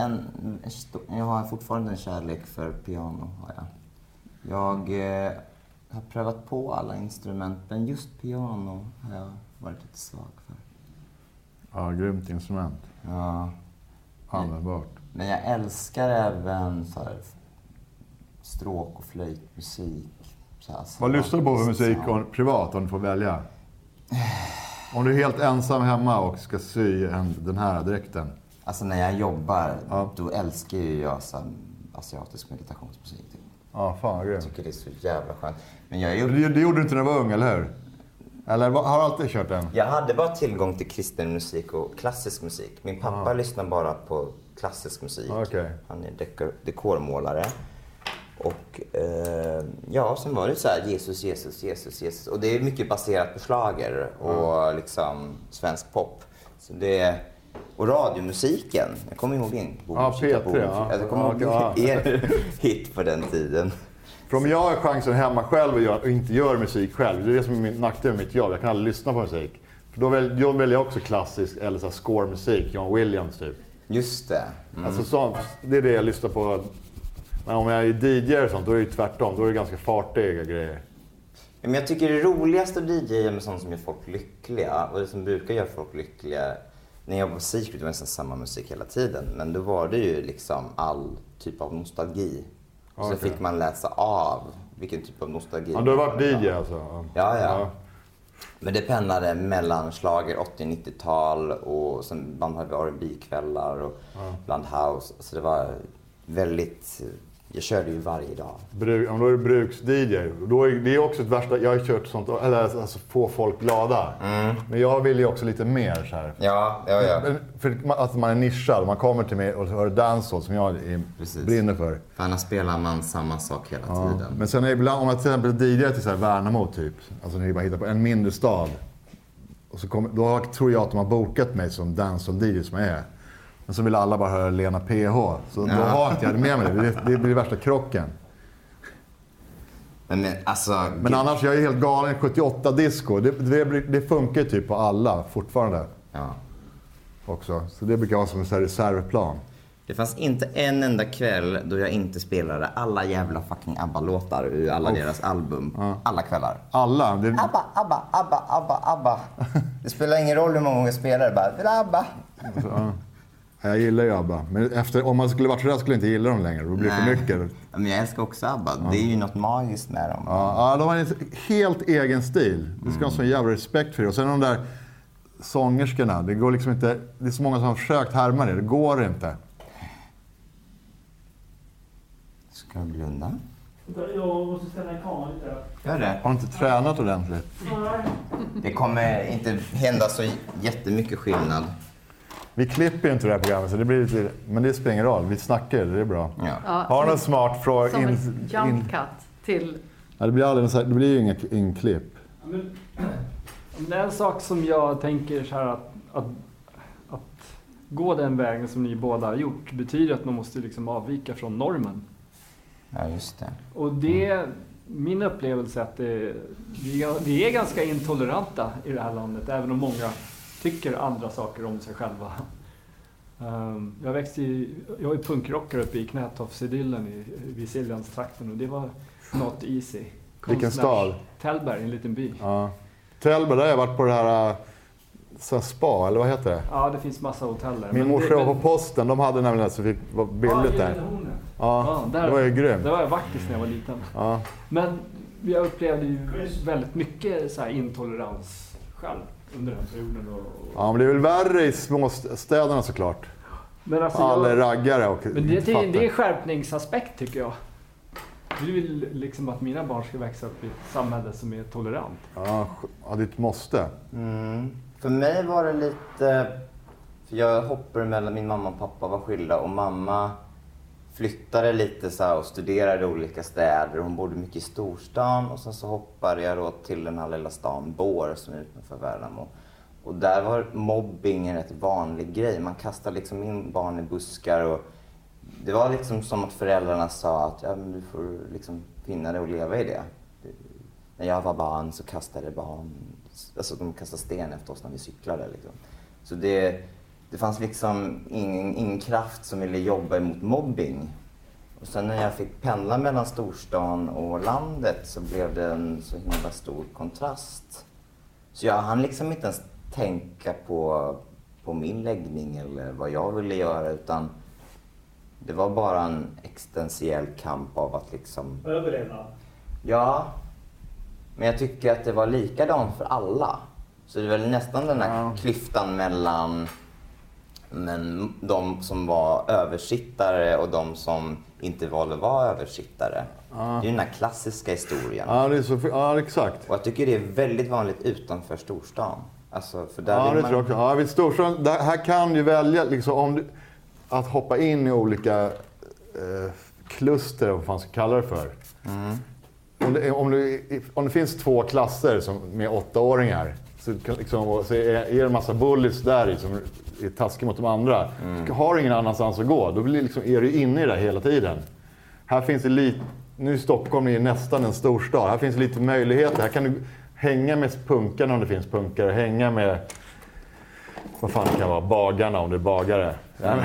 har fortfarande en kärlek för piano. Jag har prövat på alla instrument, men just piano har jag varit lite svag för. Ja, grymt instrument. Ja. Användbart. Men jag älskar även så här, stråk- och flöjtmusik. Vad lyssnar du på för musik privat om du får välja? Om du är helt ensam hemma och ska sy den här dräkten. Alltså när jag jobbar, då älskar ju jag asiatisk meditationsmusik. Typ. Ja, fan vad grymt. Jag tycker det är så jävla skönt. Men jag det gjorde du inte när du var ung, eller hur? Eller har du alltid kört den? Jag hade bara tillgång till kristen musik och klassisk musik. Min pappa lyssnar bara på klassisk musik. Okay. Han är dekormålare. Och sen var det så här Jesus. Och det är mycket baserat på schlager och liksom svensk pop. Så och radiomusiken. Jag kommer ihåg din bok. P3. Jag kommer ihåg er hit på den tiden. För om jag har chansen hemma själv och inte gör musik själv, det är det som är min nackdel med mitt jobb. Jag kan aldrig lyssna på musik. För då väljer jag också klassisk eller så här score-musik, John Williams typ. Just det. Alltså det är det jag lyssnar på. Men om jag är DJ och sånt, då är det tvärtom. Då är det ganska fartiga grejer. Men jag tycker det roligaste att DJ är med sånt som gör folk lyckliga. Och det som brukar göra folk lyckliga. När jag var på Secret var det nästan samma musik hela tiden. Men då var det ju liksom all typ av nostalgi. Och så fick man läsa av vilken typ av nostalgi. Ja, du har varit DJ alltså? Ja. Men det pendlade mellan schlager 80-90-tal och sen ibland hade vi R&B-kvällar och bland house. Så det var väldigt... Jag körde ju varje dag. Om då är du bruks-DJ. Det är också ett värsta... Jag har kört sånt, eller alltså få folk glada. Men jag vill ju också lite mer så här. Ja. För att man är nischad. Man kommer till mig och hör dancehall som jag brinner för. För annars spelar man samma sak hela tiden. Men sen ibland, om jag till exempel DJar till så här Värnamo typ. Alltså när vi bara hittar på en mindre stad. Och så då tror jag att de har bokat mig som dancehall-DJ som jag är. Men så vill alla bara höra Lena PH. Så då har inte jag det med mig. Det blir värsta krocken. Men annars, jag är helt galen. 78-disco. Det funkar typ på alla fortfarande. Ja. Också. Så det brukar vara som en reservplan. Det fanns inte en enda kväll då jag inte spelade alla jävla fucking ABBA-låtar ur alla deras album. Ja. Alla kvällar. Alla? ABBA. Det spelar ingen roll hur många gånger jag spelade. Bara, ABBA. Jag gillar ju ABBA. Men om man skulle varit rädd skulle jag inte gilla dem längre. Då blir det för mycket. Men jag älskar också ABBA. Det är ju något magiskt med dem. Ja, de har en helt egen stil. Det ska ha så jävla respekt för det. Och sen de där sångerskorna. Det går liksom inte... Det är så många som har försökt härma det. Det går inte. Ska jag blunda? Jag måste ställa en kamera lite. Gör det. Har inte tränat ordentligt? Det kommer inte hända så jättemycket skillnad. Vi klipper ju inte det här programmet, så det blir lite, men det spelar ingen roll. Vi snackar, det är bra. Ja. Har du någon smart fråga? Som en jump cut till... Ja, det blir ju inget inklipp. Men det är en sak som jag tänker så här att gå den vägen som ni båda har gjort betyder att man måste liksom avvika från normen. Ja, just det. Och min upplevelse är att vi är ganska intoleranta i det här landet, även om många tycker andra saker om sig själva. Jag är punkrockare uppe i Knätofsidyllen vid Siljanstrakten och det var not easy. Vilken stad? Tällberg, en liten by. Ja. Tällberg, där har jag varit på det här spa, eller vad heter det? Ja, det finns massa hotell där. Min morsa var på posten, de hade nämligen så vi var billigt där. Ja, det var ju grymt. Det var jag vackert när jag var liten. Ja. Men jag upplevde ju väldigt mycket så här intolerans själv under den perioden. Ja, men det är väl värre i småstäderna såklart. Men alltså alla raggare och men det är skärpningsaspekt tycker jag. Du vill liksom att mina barn ska växa upp i ett samhälle som är tolerant. Ja, det måste. För mig var det lite... För jag hoppade mellan min mamma och pappa var skilda och mamma flyttade lite så här och studerade olika städer. Hon bodde mycket i storstan och sen så hoppade jag då till den här lilla stan Bor som är utanför Värnamo. Och där var mobbing en rätt vanlig grej. Man kastade liksom in barn i buskar och det var liksom som att föräldrarna sa att ja, men du får liksom finna dig och leva i det. När jag var barn så kastade barn, alltså de kastade sten efter oss när vi cyklade liksom. Så det fanns liksom ingen kraft som ville jobba emot mobbing. Och sen när jag fick pendla mellan storstan och landet så blev det en så himla stor kontrast. Så jag hann liksom inte ens tänka på min läggning eller vad jag ville göra utan det var bara en existentiell kamp av att liksom... Överleva? Ja, men jag tycker att det var likadant för alla. Så det är väl nästan den här klyftan mellan de som var översittare och de som inte valde att vara översittare. Det är den här klassiska historien. Ja, det är så, ja, exakt. Och jag tycker det är väldigt vanligt utanför storstan. Alltså, för där ja, det tror jag också. Ja, vid storstan, här kan du välja liksom, att hoppa in i olika kluster, vad man ska kalla det för. Om det finns 2 klasser med 8-åringar så är det en massa bullies där i som är taskiga mot de andra. Så har du ingen annanstans att gå, då är du inne i det hela tiden. Här finns det lite, nu i Stockholm är nästan en storstad. Här finns det lite möjligheter. Här kan du hänga med punkarna om det finns punkare. Hänga med, vad fan det kan vara, bagarna om det är bagare.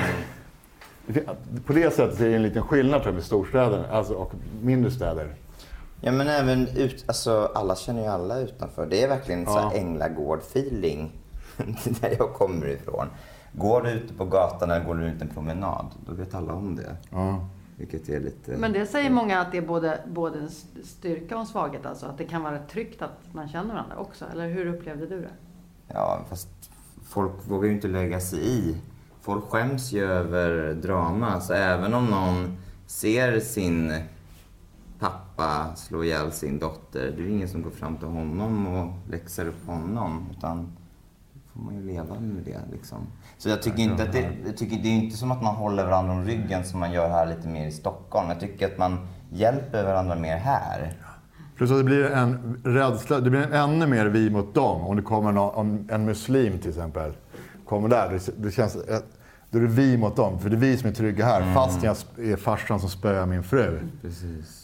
På det sättet är det en liten skillnad tror jag med storstäder alltså, och mindre städer. Ja men även alltså alla känner ju alla utanför. Det är verkligen så här Änglagård-feeling där jag kommer ifrån. Går du ute på gatan eller går du ut en promenad, då vet alla om det. Ja. Vilket är lite... Men det säger många att det är både en styrka och en svaghet alltså. Att det kan vara tryggt att man känner varandra också. Eller hur upplevde du det? Ja, fast folk vågar ju inte lägga sig i. Folk skäms ju över drama. Så även om någon ser sin pappa slå ihjäl sin dotter, det är ingen som går fram till honom och läxar upp honom. Utan får man ju leva med det liksom. Så jag tycker inte att det är inte som att man håller varandra om ryggen som man gör här lite mer i Stockholm. Jag tycker att man hjälper varandra mer här. Plus att det blir en rädsla, det blir ännu mer vi mot dem. Om det kommer en muslim till exempel, kommer där, det känns, då är det vi mot dem. För det är vi som är trygga här, fast jag är farsan som spöar min fru. Precis.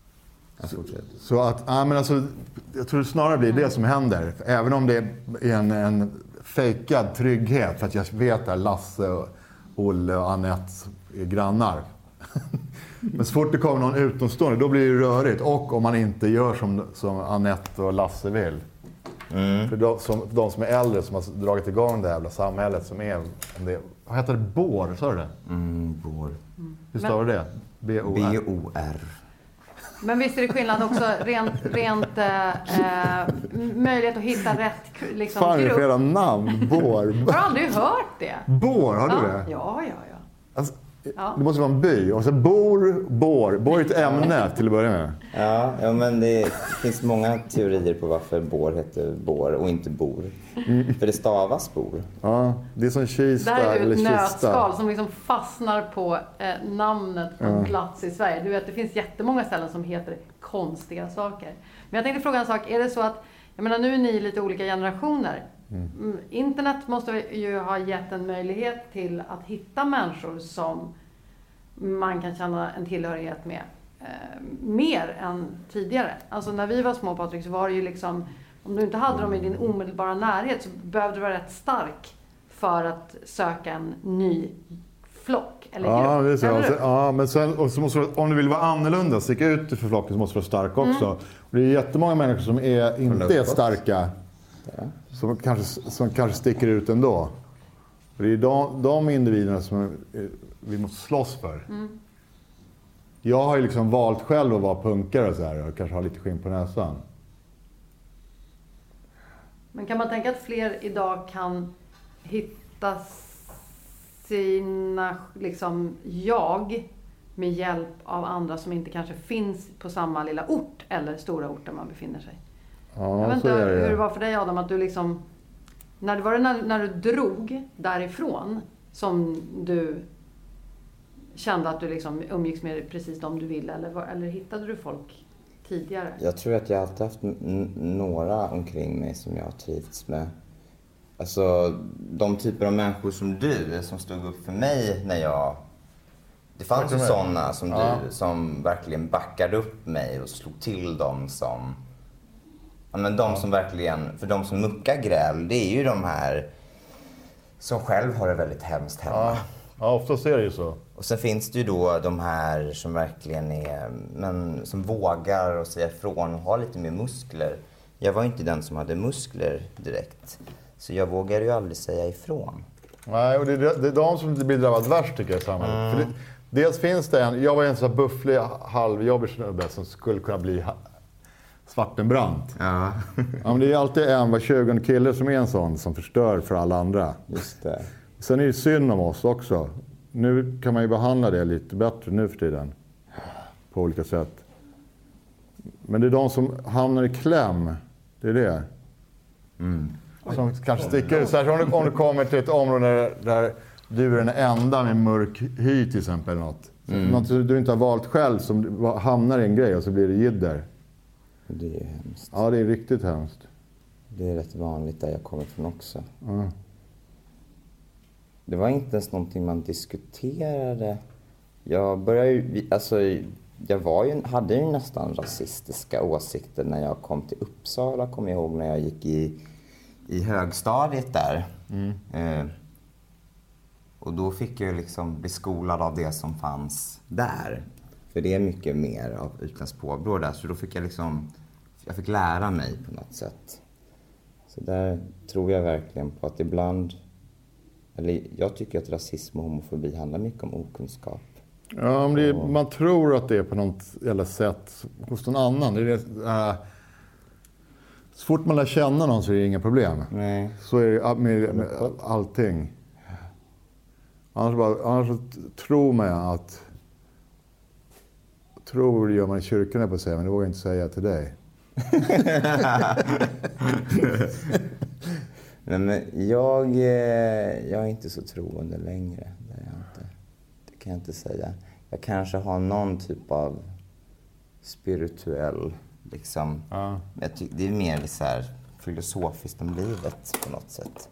Så att, ja, men alltså, jag tror det snarare blir det som händer. Även om det är en fejkad trygghet. För att jag vet att Lasse, och Olle och Annette är grannar. Men så fort det kommer någon utomstående, då blir det rörigt. Och om man inte gör som Annette och Lasse vill. För de som är äldre, som har dragit igång det jävla samhället som är... Vad heter det? Bor, sa du det? Bor. Hur stavar du det? B-O-R. B-O-R. Men visst är det skillnad också rent möjlighet att hitta rätt liksom, Fan, det är grupp. flera namn. Bor. Jag har aldrig hört det. Bor, har du det? Ja. Alltså, det måste vara en by. Och så bor är ett ämne till att börja med. Ja, men det finns många teorier på varför bor heter bor och inte bor. För det stavas bor. Ja, det är som Kista Det här är eller ju ett Kista. nötskal som liksom fastnar på namnet på en plats i Sverige. Du vet, det finns jättemånga ställen som heter konstiga saker. Men jag tänkte fråga en sak. Är det så att, jag menar nu är ni lite olika generationer. Internet måste ju ha gett en möjlighet till att hitta människor som man kan känna en tillhörighet med mer än tidigare. Alltså när vi var små, Patrik, så var det ju liksom, om du inte hade dem i din omedelbara närhet så behövde du vara rätt stark för att söka en ny flock eller grupp. Ja, det är så. Eller Ja, men sen, och så måste du, om du vill vara annorlunda, sticka ut för flocken, så måste du vara stark också. Och det är jättemånga människor som inte är starka. Ja. Som kanske sticker ut ändå. Och det är de individerna som vi måste slåss för. Jag har ju liksom valt själv att vara punkare och så här, och kanske ha lite skinn på näsan. Men kan man tänka att fler idag kan hitta sina liksom jag med hjälp av andra som inte kanske finns på samma lilla ort eller stora ort där man befinner sig? Ja, jag vet inte hur det var för dig, Adam, att du liksom när du drog därifrån som du kände att du liksom umgicks med precis de du ville, eller hittade du folk tidigare? Jag tror att jag alltid haft några omkring mig som jag har trivts med. Alltså de typer av människor som du, som stod upp för mig när jag... Det fanns ju sådana som du, som verkligen backade upp mig och slog till dem som... Ja, men de som verkligen... För de som muckar gräl, det är ju de här som själv har det väldigt hemskt hemma. Ja, oftast är det ju så. Och sen finns det ju då de här som verkligen är... Men som vågar och säga ifrån och har lite mer muskler. Jag var inte den som hade muskler direkt. Så jag vågar ju aldrig säga ifrån. Nej, och det är de som blir drabbade värst tycker jag i samhället. För dels finns det jag var en sån här bufflig, halvjobbig snubbe som skulle kunna bli Svartenbrandt. Ja. Ja, men det är alltid var 20 kille som är en sån som förstör för alla andra. Just det. Sen är det synd om oss också. Nu kan man ju behandla det lite bättre nu för tiden. På olika sätt. Men det är de som hamnar i kläm. Det är det. Som kanske sticker. Särskilt om du kommer till ett område där du är den enda med mörk hy till exempel. Något du inte har valt själv som hamnar i en grej och så blir det jidder. Det är hemskt. Ja, det är riktigt hemskt. Det är rätt vanligt där jag kommer från också. Det var inte ens någonting man diskuterade. Jag började ju, alltså hade ju nästan rasistiska åsikter när jag kom till Uppsala, kommer jag ihåg när jag gick i högstadiet där. Och då fick jag liksom bli skolad av det som fanns där. För det är mycket mer av utländskt påbrå där. Så då fick jag fick lära mig på något sätt. Så där tror jag verkligen på att ibland... Eller jag tycker att rasism och homofobi handlar mycket om okunskap. Ja, men man tror att det är på något jävla sätt hos någon annan. Så fort man lär känna någon så är det inga problem. Nej. Så är det med allting. Annars så tror man att... Tror gör man i kyrkan på att säga, men det vågar jag inte säga till dig. Nej, men jag är inte så troende längre. Det kan jag inte säga. Jag kanske har någon typ av spirituell liksom. Ja. Det är mer så här filosofiskt om livet på något sätt.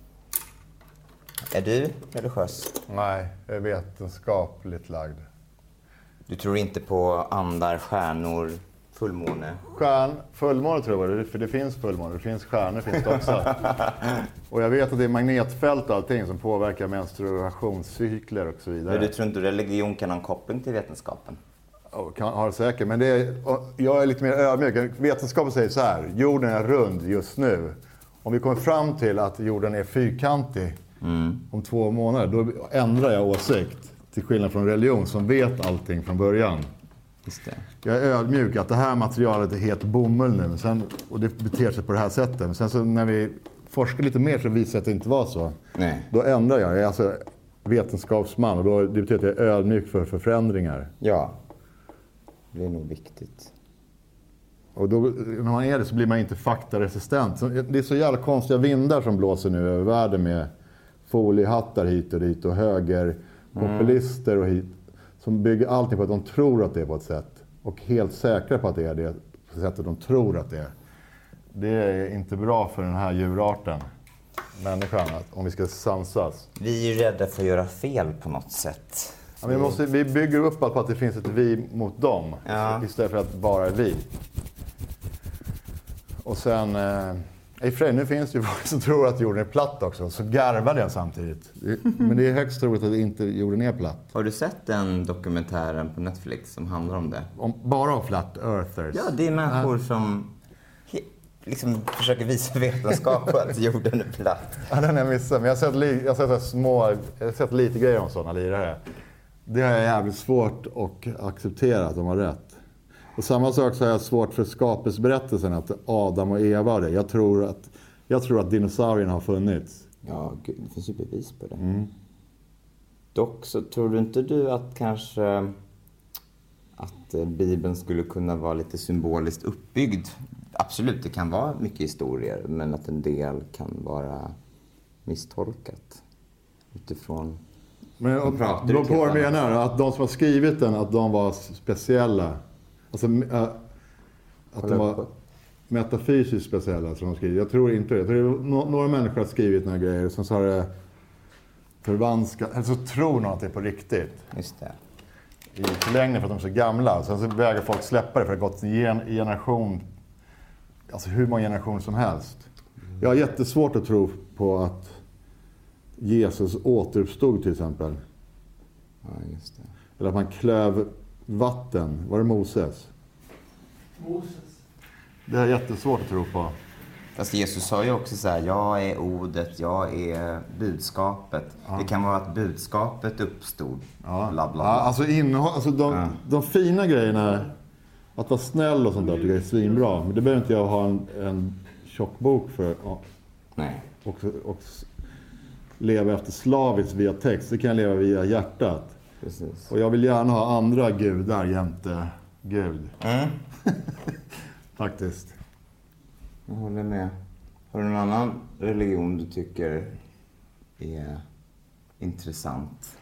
Är du religiös? Nej, jag är vetenskapligt lagd. Du tror inte på andar, stjärnor, fullmåne? Fullmåne tror jag, för det finns fullmåne. Det finns stjärnor, finns det också. Och jag vet att det är magnetfält och allting som påverkar menstruationscykler och så vidare. Men du tror inte religion kan ha en koppling till vetenskapen? Har det säkert, men jag är lite mer ödmjuk. Vetenskapen säger så här, jorden är rund just nu. Om vi kommer fram till att jorden är fyrkantig om 2 månader, då ändrar jag åsikt. Till skillnad från religion som vet allting från början. Just det. Jag är ödmjuk att det här materialet är helt bomull nu. Men sen, och det beter sig på det här sättet. Men sen så när vi forskar lite mer så visar det att det inte var så. Nej. Då ändrar jag. Jag är alltså vetenskapsman. Och det betyder att jag är ödmjuk för förändringar. Ja. Det är nog viktigt. Och då, när man är det så blir man inte faktaresistent. Det är så jävla konstiga vindar som blåser nu över världen med foliehattar hit och dit och högerpopulister och hit. Som bygger allting på att de tror att det är på ett sätt. Och helt säkra på att det är det på sättet de tror att det är. Det är inte bra för den här djurarten, människan, om vi ska sansas. Vi är ju rädda för att göra fel på något sätt. Ja, vi bygger upp allt på att det finns ett vi mot dem. Ja. Istället för att bara vi. Och sen... nu finns det ju folk som tror att jorden är platt också. Så garvar det samtidigt. Men det är högst troligt att inte jorden är platt. Har du sett den dokumentären på Netflix som handlar om det? Bara om flat earthers? Ja, det är människor som liksom försöker visa vetenskap på att jorden är platt. Ja, den har jag missat. Men jag har sett lite grejer om sådana lirare. Det har jag jävligt svårt att acceptera att de har rätt. Och samma sak så har jag svårt för skapelseberättelsen, att Adam och Eva har det. Jag tror att dinosaurierna har funnits. Ja, gud, det finns ju bevis på det. Dock så tror du inte du att kanske att Bibeln skulle kunna vara lite symboliskt uppbyggd? Absolut, det kan vara mycket historier, men att en del kan vara misstolkat utifrån... Men beror på vad du menar, att de som har skrivit den, att de var speciella. Alltså att de var metafysiskt speciella som de skrivit. Jag tror inte det. Jag tror några människor har skrivit några grejer och sen så har det förvanskat, eller så tror någon att det är på riktigt. Just det. I förlängning för att de är så gamla. Sen så väger folk släppa det för det har gått en generation, alltså hur många generationer som helst. Jag har jättesvårt att tro på att Jesus återuppstod till exempel. Ja, just det. Eller att man klöv vatten. Var det Moses? Moses. Det är jättesvårt att tro på. Fast Jesus sa ju också så här: jag är ordet, jag är budskapet. Ja. Det kan vara att budskapet uppstod. Ja. Bla, bla, bla. Ja, alltså de fina grejerna, att vara snäll och sånt där, tycker jag är svinbra. Men det behöver inte jag ha en tjock bok för. Nej. Och leva efter slaviskt via text. Det kan jag leva via hjärtat. Precis. Och jag vill gärna ha andra gudar jämte Gud. Faktiskt. Jag håller med. Har du någon annan religion du tycker är intressant?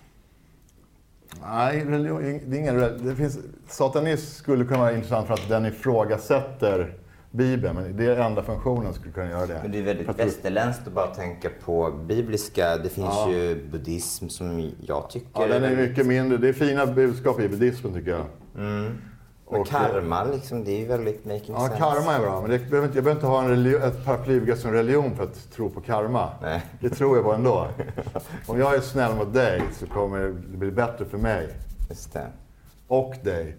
Nej, religion, det är ingen religion. Det finns, satanism skulle kunna vara intressant för att den ifrågasätter Bibeln, men det är enda funktionen skulle kunna göra det. Men det är väldigt västerländskt att bara tänka på bibliska. Det finns ju buddhism som jag tycker... Ja, den är mycket mindre. Det är fina budskap i buddhismen tycker jag. Och karma liksom, det är ju väldigt making sense. Ja, karma är bra, men jag behöver inte ha ett paraplybegrepp som religion för att tro på karma. Nej. Det tror jag på ändå. Om jag är snäll mot dig så kommer det bli bättre för mig. Just det. Och dig.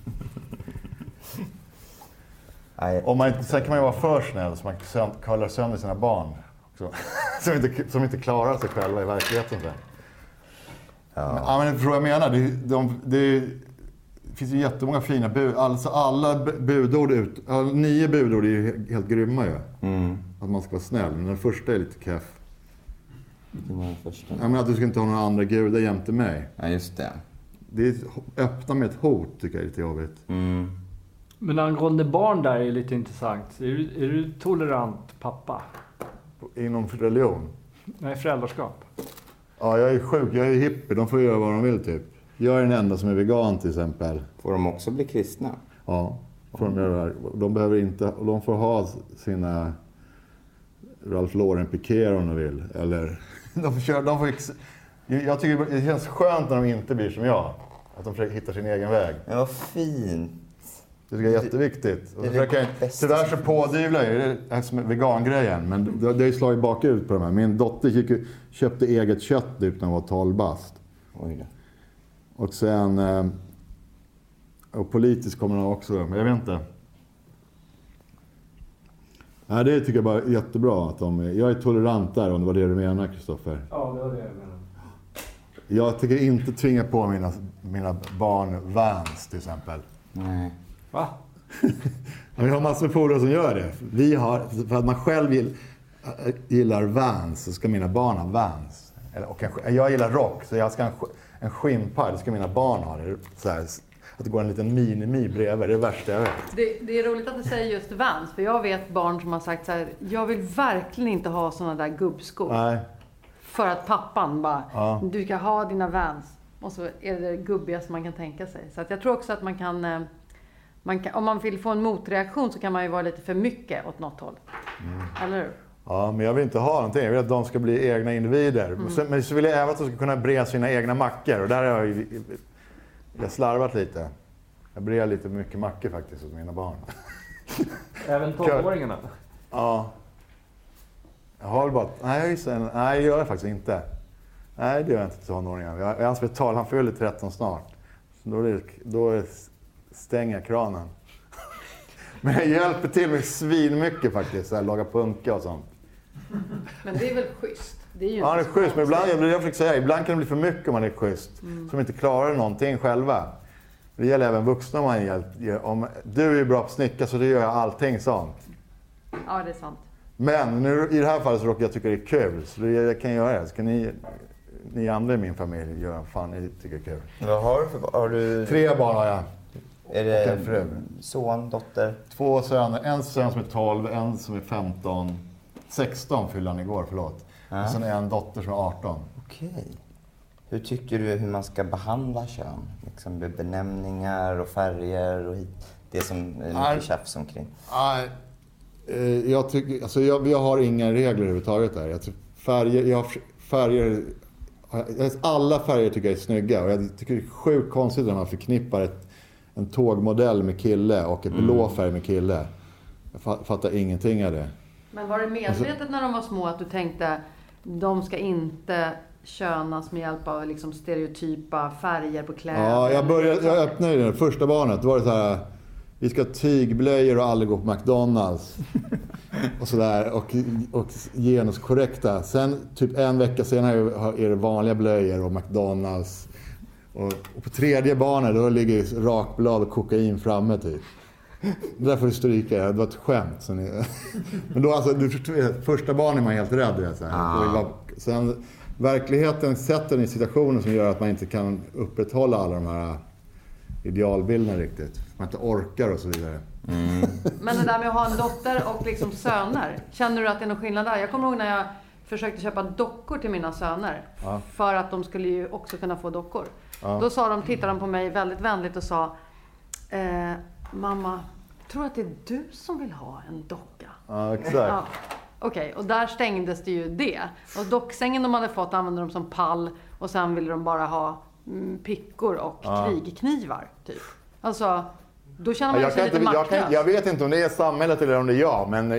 Sen kan man ju vara för snäll så man kallar sönder sina barn. Som inte klarar sig själva i verkligheten. Ja. Men vad jag menar, det finns ju jättemånga fina bud. Alltså alla budord 9 budord är ju helt grymma ju. Att man ska vara snäll. Men den första är lite keff. Jag menar att du ska inte ha några andra gudar jämte mig. Ja, just det. Det är öppna med ett hot tycker jag är lite jobbigt. Men angående barn där är lite intressant. Är du tolerant pappa? Inom religion? Nej, föräldraskap. Ja, jag är sjuk. Jag är hippie. De får göra vad de vill typ. Jag är den enda som är vegan till exempel. Får de också bli kristna? Ja, får de göra. De behöver inte, de får ha sina Ralph Lauren-pikéer om de vill. Eller jag tycker det känns skönt när de inte blir som jag. Att de försöker hitta sin egen väg. Ja, vad fint. Det tycker jag är jätteviktigt. Så där så pådyvlar jag det är som vegangrejen. Men det har ju slagit bakut på de här. Min dotter köpte eget kött när hon var 12 bast. Oj då. Och sen... Och politiskt kommer de också. Men jag vet inte. Nej, det tycker jag bara är jättebra. Att jag är tolerant där om det var det du menar, Kristoffer. Ja, det var det jag menade. Jag tycker inte tvinga på mina barn Vans till exempel. Nej. Va? Vi har massor med polare som gör det. För att man själv gillar Vans så ska mina barn ha Vans. Jag gillar rock så jag ska ha en skinnpaj. Det ska mina barn ha. Det så här, att det går en liten mini bredvid. Det är det värsta jag vet. Det är roligt att du säger just Vans. För jag vet barn som har sagt så här: jag vill verkligen inte ha såna där gubbskor. Nej. För att pappan bara, du ska ha dina Vans. Och så är det gubbigaste man kan tänka sig. Så att jag tror också att man kan, om man vill få en motreaktion så kan man ju vara lite för mycket åt något håll. Eller hur? Ja, men jag vill inte ha någonting. Jag vill att de ska bli egna individer. Men så vill jag även att de ska kunna bre sina egna mackor. Och där har jag slarvat lite. Jag brer lite mycket mackor faktiskt hos mina barn. Även 12-åringarna? Ja. Jag har bara... Nej, det gör jag faktiskt inte. Nej, det gör jag inte till tonåringar. Jag anspelar tal, han fyller 13 snart. Så då stänger jag kranen. Men jag hjälper till med svin mycket faktiskt. Så här, laga punka och sånt. Men det är väl schysst? Det är ju han är schysst, men ibland kan det bli för mycket om man är schysst. Som inte klarar någonting själva. Det gäller även vuxna om man hjälper. Du är bra på snicka så det gör jag allting sånt. Ja, det är sant. Men nu, i det här fallet så råkar jag tycka det är kul. Så jag kan göra det. Så kan ni andra i min familj göra fan ni tycker det är kul. Vad har du? 3 barn har jag. Är det son, dotter? 2 söner. En son som är 12, en som är 15. 16 fyllde han igår, förlåt. Och sen en dotter som är 18. Okej. Hur tycker du hur man ska behandla kön? Liksom benämningar och färger och det som är mycket tjafs omkring. Jag tycker, alltså vi har inga regler överhuvudtaget där. Jag färger, alla färger tycker jag är snygga. Och jag tycker det är sjukt konstigt när man förknippar en tågmodell med kille och ett blå färg med kille. Jag fattar ingenting av det. Men var det medvetet när de var små att du tänkte de ska inte könas med hjälp av liksom stereotypa färger på kläder? Ja, jag öppnade det första barnet. Då var det så här, vi ska ha tygblöjor och aldrig gå på McDonalds. Och sådär. Och genuskorrekta. Sen typ en vecka senare är det vanliga blöjor och McDonalds. Och på 3:e barnet då ligger rakblad och kokain framme typ. Det där får du stryka, det var ett skämt. Men då alltså, första barnet är man helt rädd. Sen verkligheten sätter en i situationer som gör att man inte kan upprätthålla alla de här idealbilderna riktigt. Man inte orkar och så vidare. Men det där med att ha en dotter och liksom söner, känner du att det är någon skillnad där? Jag kommer ihåg när jag försökte köpa dockor till mina söner. För att de skulle ju också kunna få dockor. Då tittade de på mig väldigt vänligt och sa mamma, tror att det är du som vill ha en docka? Ja, exakt. Okej, och där stängdes det ju det. Och docksängen de hade fått använde de som pall. Och sen ville de bara ha pickor och krigknivar, typ. Alltså, då känner man sig lite maktlös. Jag vet inte om det är samhället eller om det är jag. Men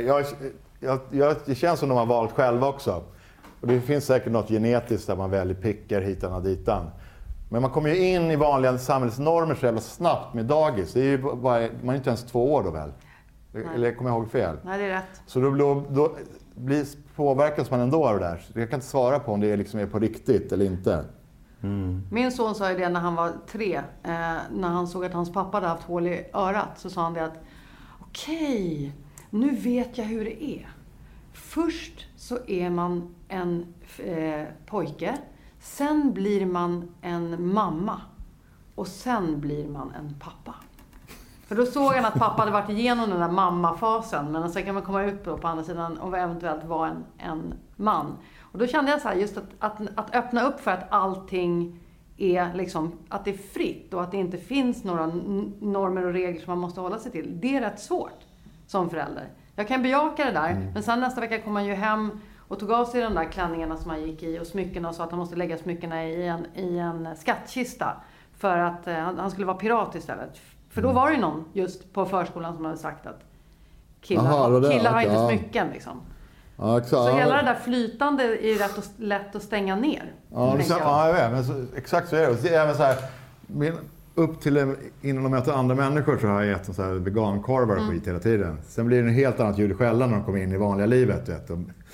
det känns som de har valt själva också. Och det finns säkert något genetiskt där man väljer pickor hitan och ditan. Men man kommer ju in i vanliga samhällsnormer så jävla snabbt med dagis. Det är ju bara, man är inte ens 2 år då väl? Nej. Eller kommer jag ihåg fel? Nej, det är rätt. Så då påverkas man ändå av det där. Jag kan inte svara på om det liksom är på riktigt eller inte. Min son sa ju det när han var 3. När han såg att hans pappa hade haft hål i örat. Så sa han det att okej, nu vet jag hur det är. Först så är man en pojke. Sen blir man en mamma. Och sen blir man en pappa. För då såg han att pappa hade varit igenom den där mammafasen. Men sen kan man komma ut på andra sidan och eventuellt vara en man. Och då kände jag så här, just att öppna upp för att allting är liksom, att det är fritt. Och att det inte finns några normer och regler som man måste hålla sig till. Det är rätt svårt som förälder. Jag kan bejaka det där. Men sen nästa vecka kom han ju hem och tog av sig de där klänningarna som han gick i och smyckena och sa att han måste lägga smyckena i en skattkista. För att han skulle vara pirat istället. För då var det någon just på förskolan som hade sagt att killar har inte smycken liksom. Ja, exakt. Så hela det där flytande är rätt lätt att stänga ner. Jag vet. Men exakt så är det. Även så här, upp till innan de möter andra människor så har jag gett en så här vegankorvar och skit hela tiden. Sen blir det en helt annat ljud i skällan när de kommer in i vanliga livet. Vet.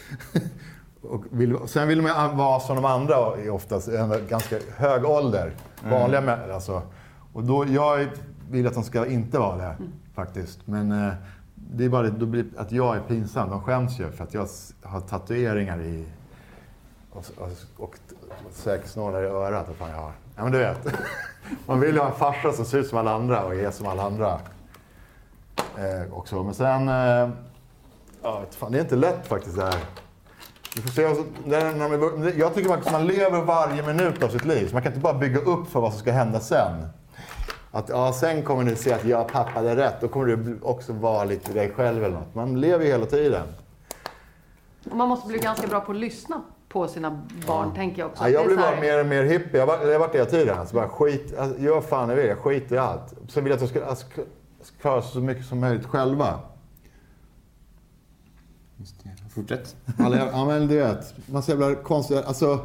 Sen vill man vara som de andra oftast en ganska hög ålder. Vanliga människor alltså. Och då jag vill att de ska inte vara det faktiskt. Men det är bara då blir att jag är pinsam. De skäms ju för att jag har tatueringar i och säcksnålar i örat. Vad fan jag har. Ja, men du vet. Man vill ju ha en farsa som ser ut som alla andra och är som alla andra. Också. Men sen fan, det är inte lätt faktiskt det här. Du får se, jag tycker att man lever varje minut av sitt liv. Så man kan inte bara bygga upp för vad som ska hända sen. Att sen kommer du se att jag pappade rätt. Då kommer du också vara lite dig själv eller något. Man lever ju hela tiden. Och man måste bli ganska bra på att lyssna på sina barn, tänker jag också. Ja, jag blir bara mer och mer hippie. Jag har varit det hela tiden. Alltså bara gör fan jag vill. Jag skiter i allt. Sen vill jag att de ska klara så mycket som möjligt själva. Just det. Fortsätt. Ja, men du vet. Man ser jävla konstiga... Alltså...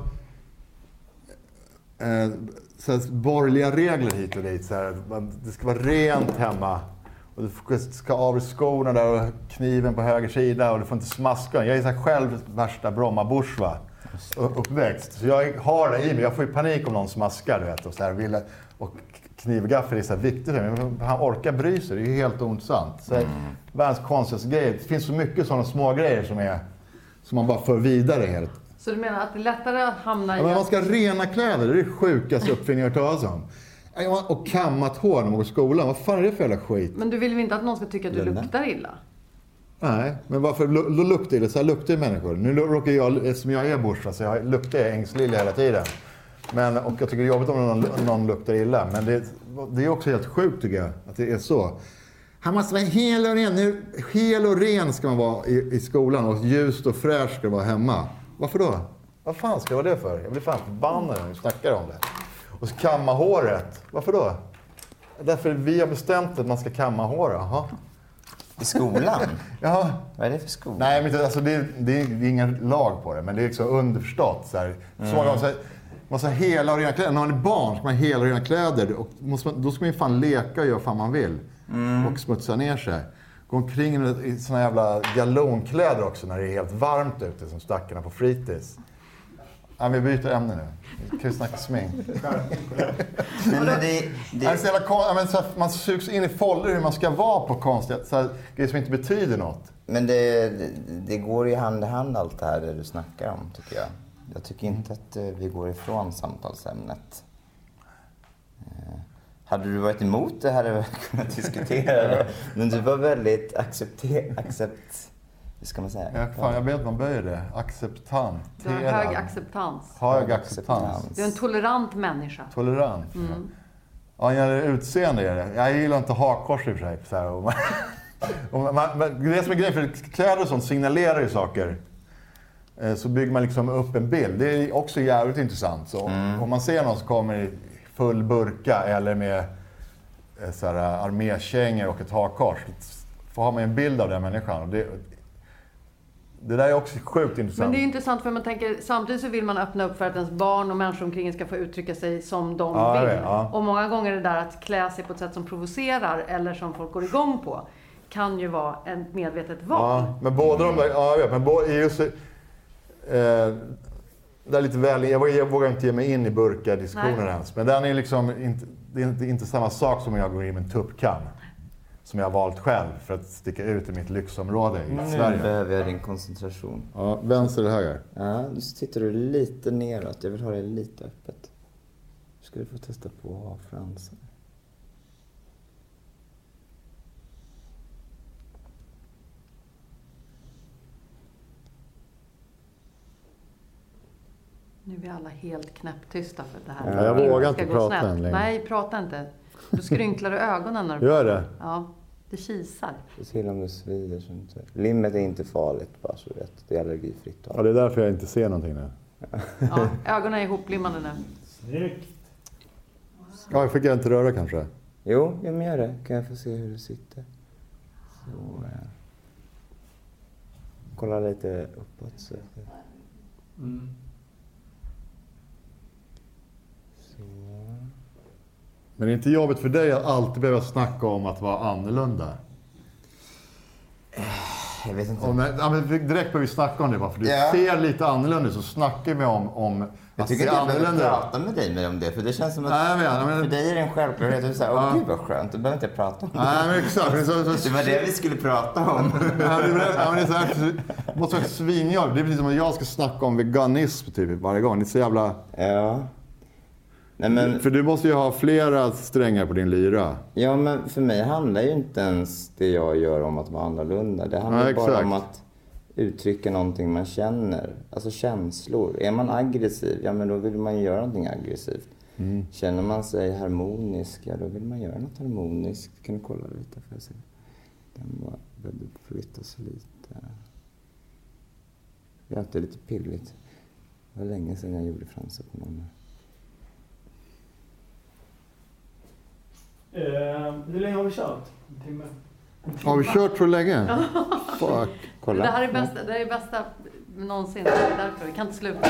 så här, borgerliga regler hit och dit. Så här, det ska vara rent hemma. Och du ska av skorna där och kniven på höger sida. Och du får inte smaska. Jag är så här själv värsta Bromma-bors, va? uppväxt. Så jag har det i mig. Jag får ju panik om någon smaskar, du vet. Och, så här, och knivgaffel är så här viktigt. Men han orkar bry sig. Det är ju helt ointressant. Så världens konstigaste grej. Det finns så mycket sådana små grejer som man bara för vidare helt. Så du menar att det är lättare att hamna i... Men man ska ha rena kläder. Det är det sjukaste uppfinningen jag har hört om. Och kammat hår när man går i skolan. Vad fan är det för jävla skit? Men du vill väl inte att någon ska tycka att du luktar illa? Nej, men varför då luktar det? Så här luktar människor. Nu råkar jag, som jag är borsta, så jag luktar ängslilja hela tiden. Och jag tycker det är jobbigt om någon luktar illa. Men det är också helt sjukt tycker jag, att det är så. Han måste vara hel och ren. Hel och ren ska man vara i skolan. Och ljust och fräsch ska vara hemma. Varför då? Vad fan ska jag vara det för? Jag blir fan förbannad när vi snackar om det. Och så kamma håret. Varför då? Därför vi har bestämt att man ska kamma håret. Aha. I skolan? Ja. Vad är det för skola? Nej, men alltså, det är ingen lag på det. Men det är liksom underförstått. Så här. Så många gånger, man ska ha hela och rena kläder. När man är barn ska man ha hela och rena kläder. Och då ska man ju fan leka och göra fan man vill. Och smutsa ner sig. Gå omkring i såna jävla galonkläder också när det är helt varmt ute. Som stackarna på fritids. Ja, vi byter ämne nu. Vi kan ju snacka smink. Man sugs in i foller hur man ska vara på konstiga grejer som inte betyder något. Men det går ju hand i hand allt det här det du snackar om, tycker jag. Jag tycker inte att vi går ifrån samtalsämnet. Hade du varit emot det hade vi kunnat diskutera det. Men du var väldigt hur ska man säga? Jag vet man böjer det. Acceptant. Du har hög acceptans. Hög acceptans. Du är en tolerant människa. Tolerant. Ja, jag är utseende är det. Jag gillar inte hakkors i och för sig. Så här, det som är grejen, för kläder och sånt signalerar ju saker. Så bygger man liksom upp en bild. Det är också jävligt intressant. Så om man ser någon som kommer i full burka eller med så här, armékängor och ett hakkors, får ha man en bild av den människan. Och det där är också sjukt intressant. Men det är intressant för man tänker, samtidigt så vill man öppna upp för att ens barn och människor omkring ska få uttrycka sig som de vill. Ja. Och många gånger är det där att klä sig på ett sätt som provocerar eller som folk går igång på kan ju vara ett medvetet val. Ja, men båda de där, ja jag vet, men just det är lite väl, jag vågar inte ge mig in i burka-diskussionen ens. Men den är liksom det är inte samma sak som jag går in med en tuppkam. Som jag har valt själv för att sticka ut i mitt lyxområde i Sverige. Nu behöver jag din koncentration. Ja, vänster eller höger? Ja, nu tittar du lite neråt. Jag vill ha det lite öppet. Du ska få testa på att ha fransar. Nu är vi alla helt knäpptysta för det här. Ja, jag vågar inte prata än längre. Nej, prata inte. Då skrynklar du ögonen när du gör det? Ja, det kisar. Det till om det svider. Limmet är inte farligt, bara så vet. Det är allergifritt. Ja, det är därför jag inte ser någonting nu. Ja, ögonen är ihoplimmade nu. Snyggt. Ja, jag fick inte röra kanske. Jo, jag gör det. Kan jag få se hur det sitter? Så, kolla lite uppåt. Så. Men det är inte jobbigt för dig att alltid behöva snacka om att vara annorlunda? Jag vet inte. Men direkt behöver vi snacka om det bara. För du ser lite annorlunda så snackar vi om jag tycker att jag behöver prata med dig om det. För det känns som att för dig är det en självklarhet. Du säger, åh gud vad skönt. Du behöver inte prata om det. Nej, men exakt. Det var det vi skulle prata om. Det är så här, det måste vara svinjobb. Det är precis som att jag ska snacka om veganism typ varje gång. Det är så jävla... Ja. Nej, men... För du måste ju ha flera strängar på din lyra. Ja, men för mig handlar ju inte ens det jag gör om att vara annorlunda. Det handlar bara om att uttrycka någonting man känner. Alltså känslor. Är man aggressiv, ja men då vill man ju göra någonting aggressivt. Känner man sig harmonisk, ja då vill man göra något harmoniskt. Kan du kolla lite för att se? Den började flytta sig lite. Det är alltid lite pilligt. Det var länge sedan jag gjorde fransar på någon. Hur länge har vi kört? En timme? Har vi kört så länge? Fuck. Kolla. Det här är bästa någonsin. Det är därför vi kan inte sluta.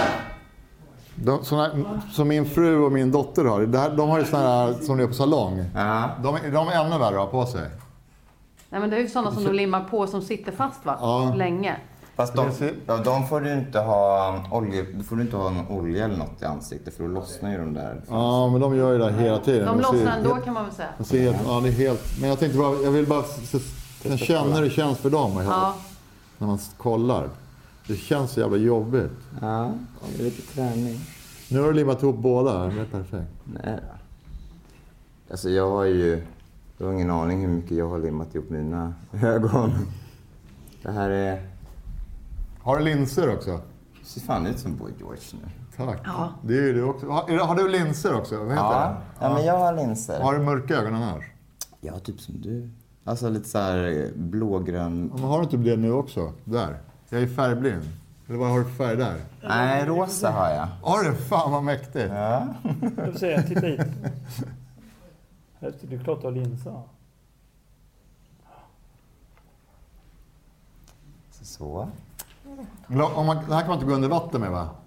Som min fru och min dotter har. De har ju såna här som det är på salong. De är ännu värre att ha på sig. Nej, men det är ju sådana som de limmar på som sitter fast länge. Fast de får du inte ha olja, du får inte ha någon olja eller något i ansiktet för då lossnar ju de där. Ja, men de gör ju det hela tiden. De lossnar ändå kan man väl säga. Ja, det är helt... Men jag tänkte bara, jag vill bara känna hur det känns för dem när man kollar. Det känns så jävla jobbigt. Ja, det är lite träning. Nu har du limmat ihop båda, det är perfekt. Nej då. Alltså jag har ingen aning hur mycket jag har limmat ihop mina ögon. Det här är... Har du linser också? Det ser fan ut som Boy George nu. Tack. Ja. Det är ju du också. Har du linser också? Vad heter det? Ja, men jag har linser. Har du mörka ögon annars? Ja, typ som du. Alltså lite så här blågrön. Ja, men har du inte det nu också? Där. Jag är färgblind. Eller vad har du för färg där? Nej, rosa har jag. Har du? Fan vad mäktigt. Ja. Jag får se, titta hit. Det är klart du har linser. Så. Det här kan man inte gå under vatten med, va?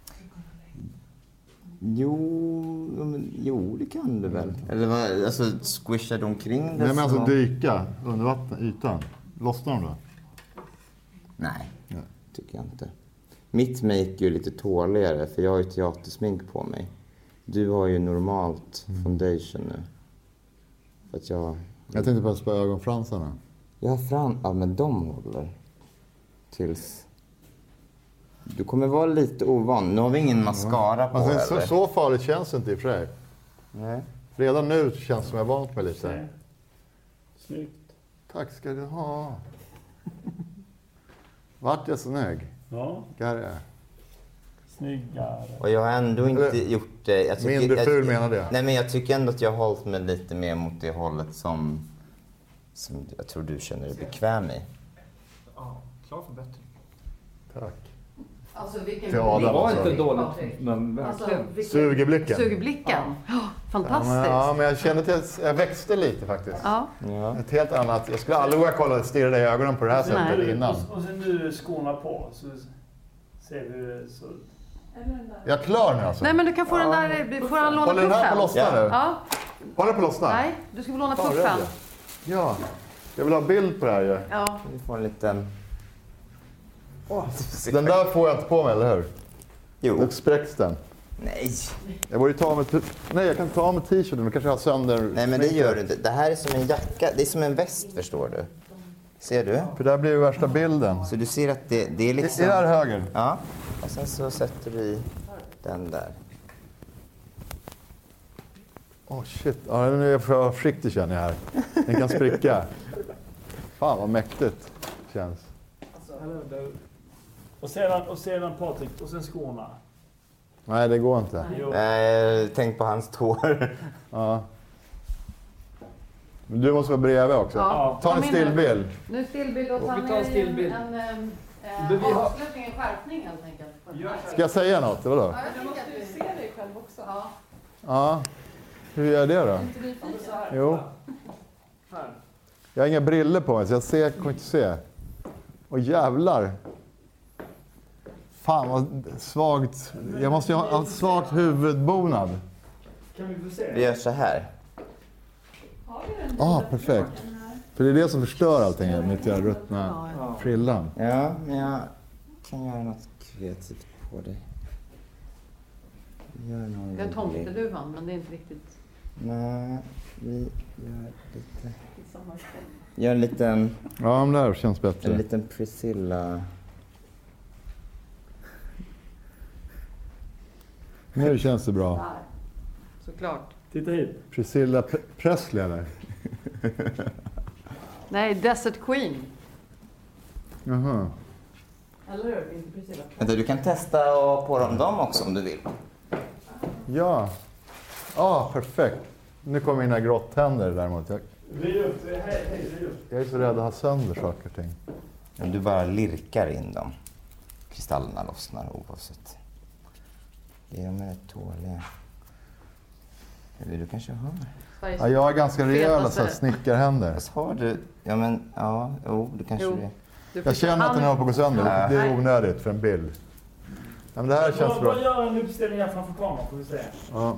Jo, det kan du väl. Eller vad, alltså squishar de omkring det? Nej, men alltså dyka under vatten, ytan. Lossnar de då? Nej, tycker jag inte. Mitt make är ju lite tåligare för jag har ju teatersmink på mig. Du har ju normalt foundation nu. För att Jag tänkte bara spara ögonfransarna. Jag har ja men de håller. Tills... Du kommer vara lite ovan. Nu har vi ingen mascara på Alltså, så farligt känns det inte i och för sig. Nej. Redan nu känns det som jag vant mig lite. Snyggt. Tack ska du ha. Vart jag snygg? Ja, Garre. snyggare. Och jag har ändå inte gjort det. Mindre ful menar det. Nej, men jag tycker ändå att jag har hållit mig lite mer mot det hållet som jag tror du känner dig bekväm i. Ja, klar förbättring. Tack. Alltså vilken Till Adam Det var alltså. inte dåligt, men verkligen. Sugeblicken. Sugeblicken. Fantastiskt. Ja, men jag kände att jag växte lite faktiskt. Ja. Ja. Ett helt annat. Jag skulle aldrig våga kolla och stirra dig i ögonen på det här sättet Nej. innan. Och sen nu skorna på så ser vi så ut. Jag är klar nu alltså. Nej, men du kan få den där. Får han låna Håller den här på att puffen? lossna nu? Ja. Håller på att lossna? Nej, du ska få låna Fan, puffen. rädd jag. Ja. Jag vill ha bild på det här ju. Ja. Vi får en liten... Den där får jag inte på mig, eller hur? Jo. Då spräcks den. Nej. Jag borde ju ta av mig... Nej, jag kan ta av mig t-shirten, men kanske ha sönder... Nej, men det gör du inte. Det här är som en jacka. Det är som en väst, förstår du. Ser du? För där blir ju värsta bilden. Så du ser att det är liksom... Är det här höger? Ja. Och sen så sätter vi den där. Shit. Ja, nu är jag för försiktig känner jag här. Den kan spricka. Fan vad mäktigt känns. Och sedan Patrik, och sen skorna. Nej, det går inte. Jo. Tänk på hans tår. Ja. Men du måste vara bredvid också. Ja. Ta en stillbild. Nu stillbild och Vi tar en stillbild. en avslutning, en skärpning helt enkelt. Ska jag säga något? Vadå? Ja, jag måste ju se dig själv också. Ja. Ja. Hur gör jag det då? Jo. Jag har inga briller på mig så jag kommer inte se. Åh jävlar. Fan vad svagt. Jag måste ju ha en svagt huvudbonad. Kan vi få se? Vi gör så här. Perfekt. För det är det som förstör allting, mitt jävla ruttna frillan. Ja, men jag kan göra något kreativt på dig. Gör någon Det är rolig- tomteduvan, men det är inte riktigt Nej, vi gör lite... Gör en liten... Ja, men det här känns bättre. En liten Priscilla... Nu känns det bra. där. Såklart. Titta hit. Priscilla Presley eller? Nej, Desert Queen. Jaha. Eller hur? Inte Priscilla. Vänta, du kan testa och på dem också om du vill. Ja. Perfekt. Nu kommer mina gråttänder däremot. Vrid upp, hej, vrid upp. Jag är så rädd att ha sönder saker och ting. Men du bara lirkar in dem. Kristallerna lossnar oavsett. De är tåliga. Eller du kanske har... Sveriges Ja, jag har ganska rejäla så här fetaste- snickarhänder. Fast har du... Ja, men... Ja, du kanske... Jo. Det. Du Jag känner att den håller på att gå sönder. Nej. Det är onödigt för en bild. Ja, men det här känns bra. Bara gör en uppställning här framför kameran får vi se. Ja.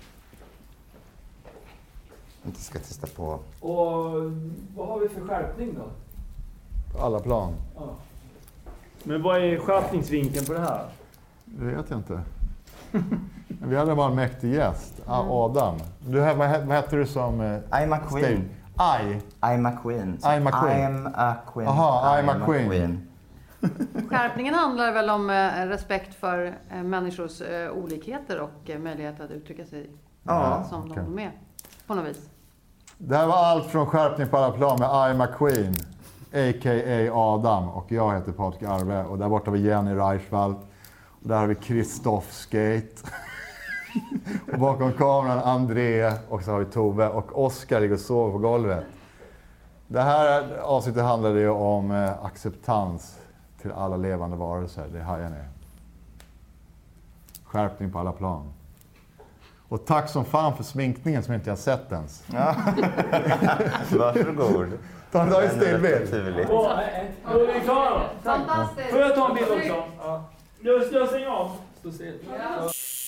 Inte ska testa på... Och vad har vi för skärpning då? På alla plan. Ja. Men vad är skärpningsvinkeln på det här? Det vet jag inte. Vi hade bara en mäktig gäst, Adam. Vad heter du som... I'm a queen. I'm a queen. I'm a queen. I'm a queen. Aha, I'm a queen. Skärpningen handlar väl om respekt för människors olikheter och möjlighet att uttrycka sig som de är på något vis. Det här var allt från Skärpning på alla plan med I'm a Queen, a.k.a. Adam. Och jag heter Patrik Arve och där borta har vi Jenny Reichwald. Och där har vi Kristoff Skate. Och bakom kameran André och så har vi Tove och Oskar ligger och sover på golvet. Det här avsnittet handlade ju om acceptans till alla levande varelser. Det hajar ni. Skärpning på alla plan. Och tack som fan för sminkningen som inte jag sett ens. Ja. Varsågod. Ta en stillbild. Då är vi klara då. Fantastiskt. Får jag ta en bild också? Ja. Jag stänger av. Ja.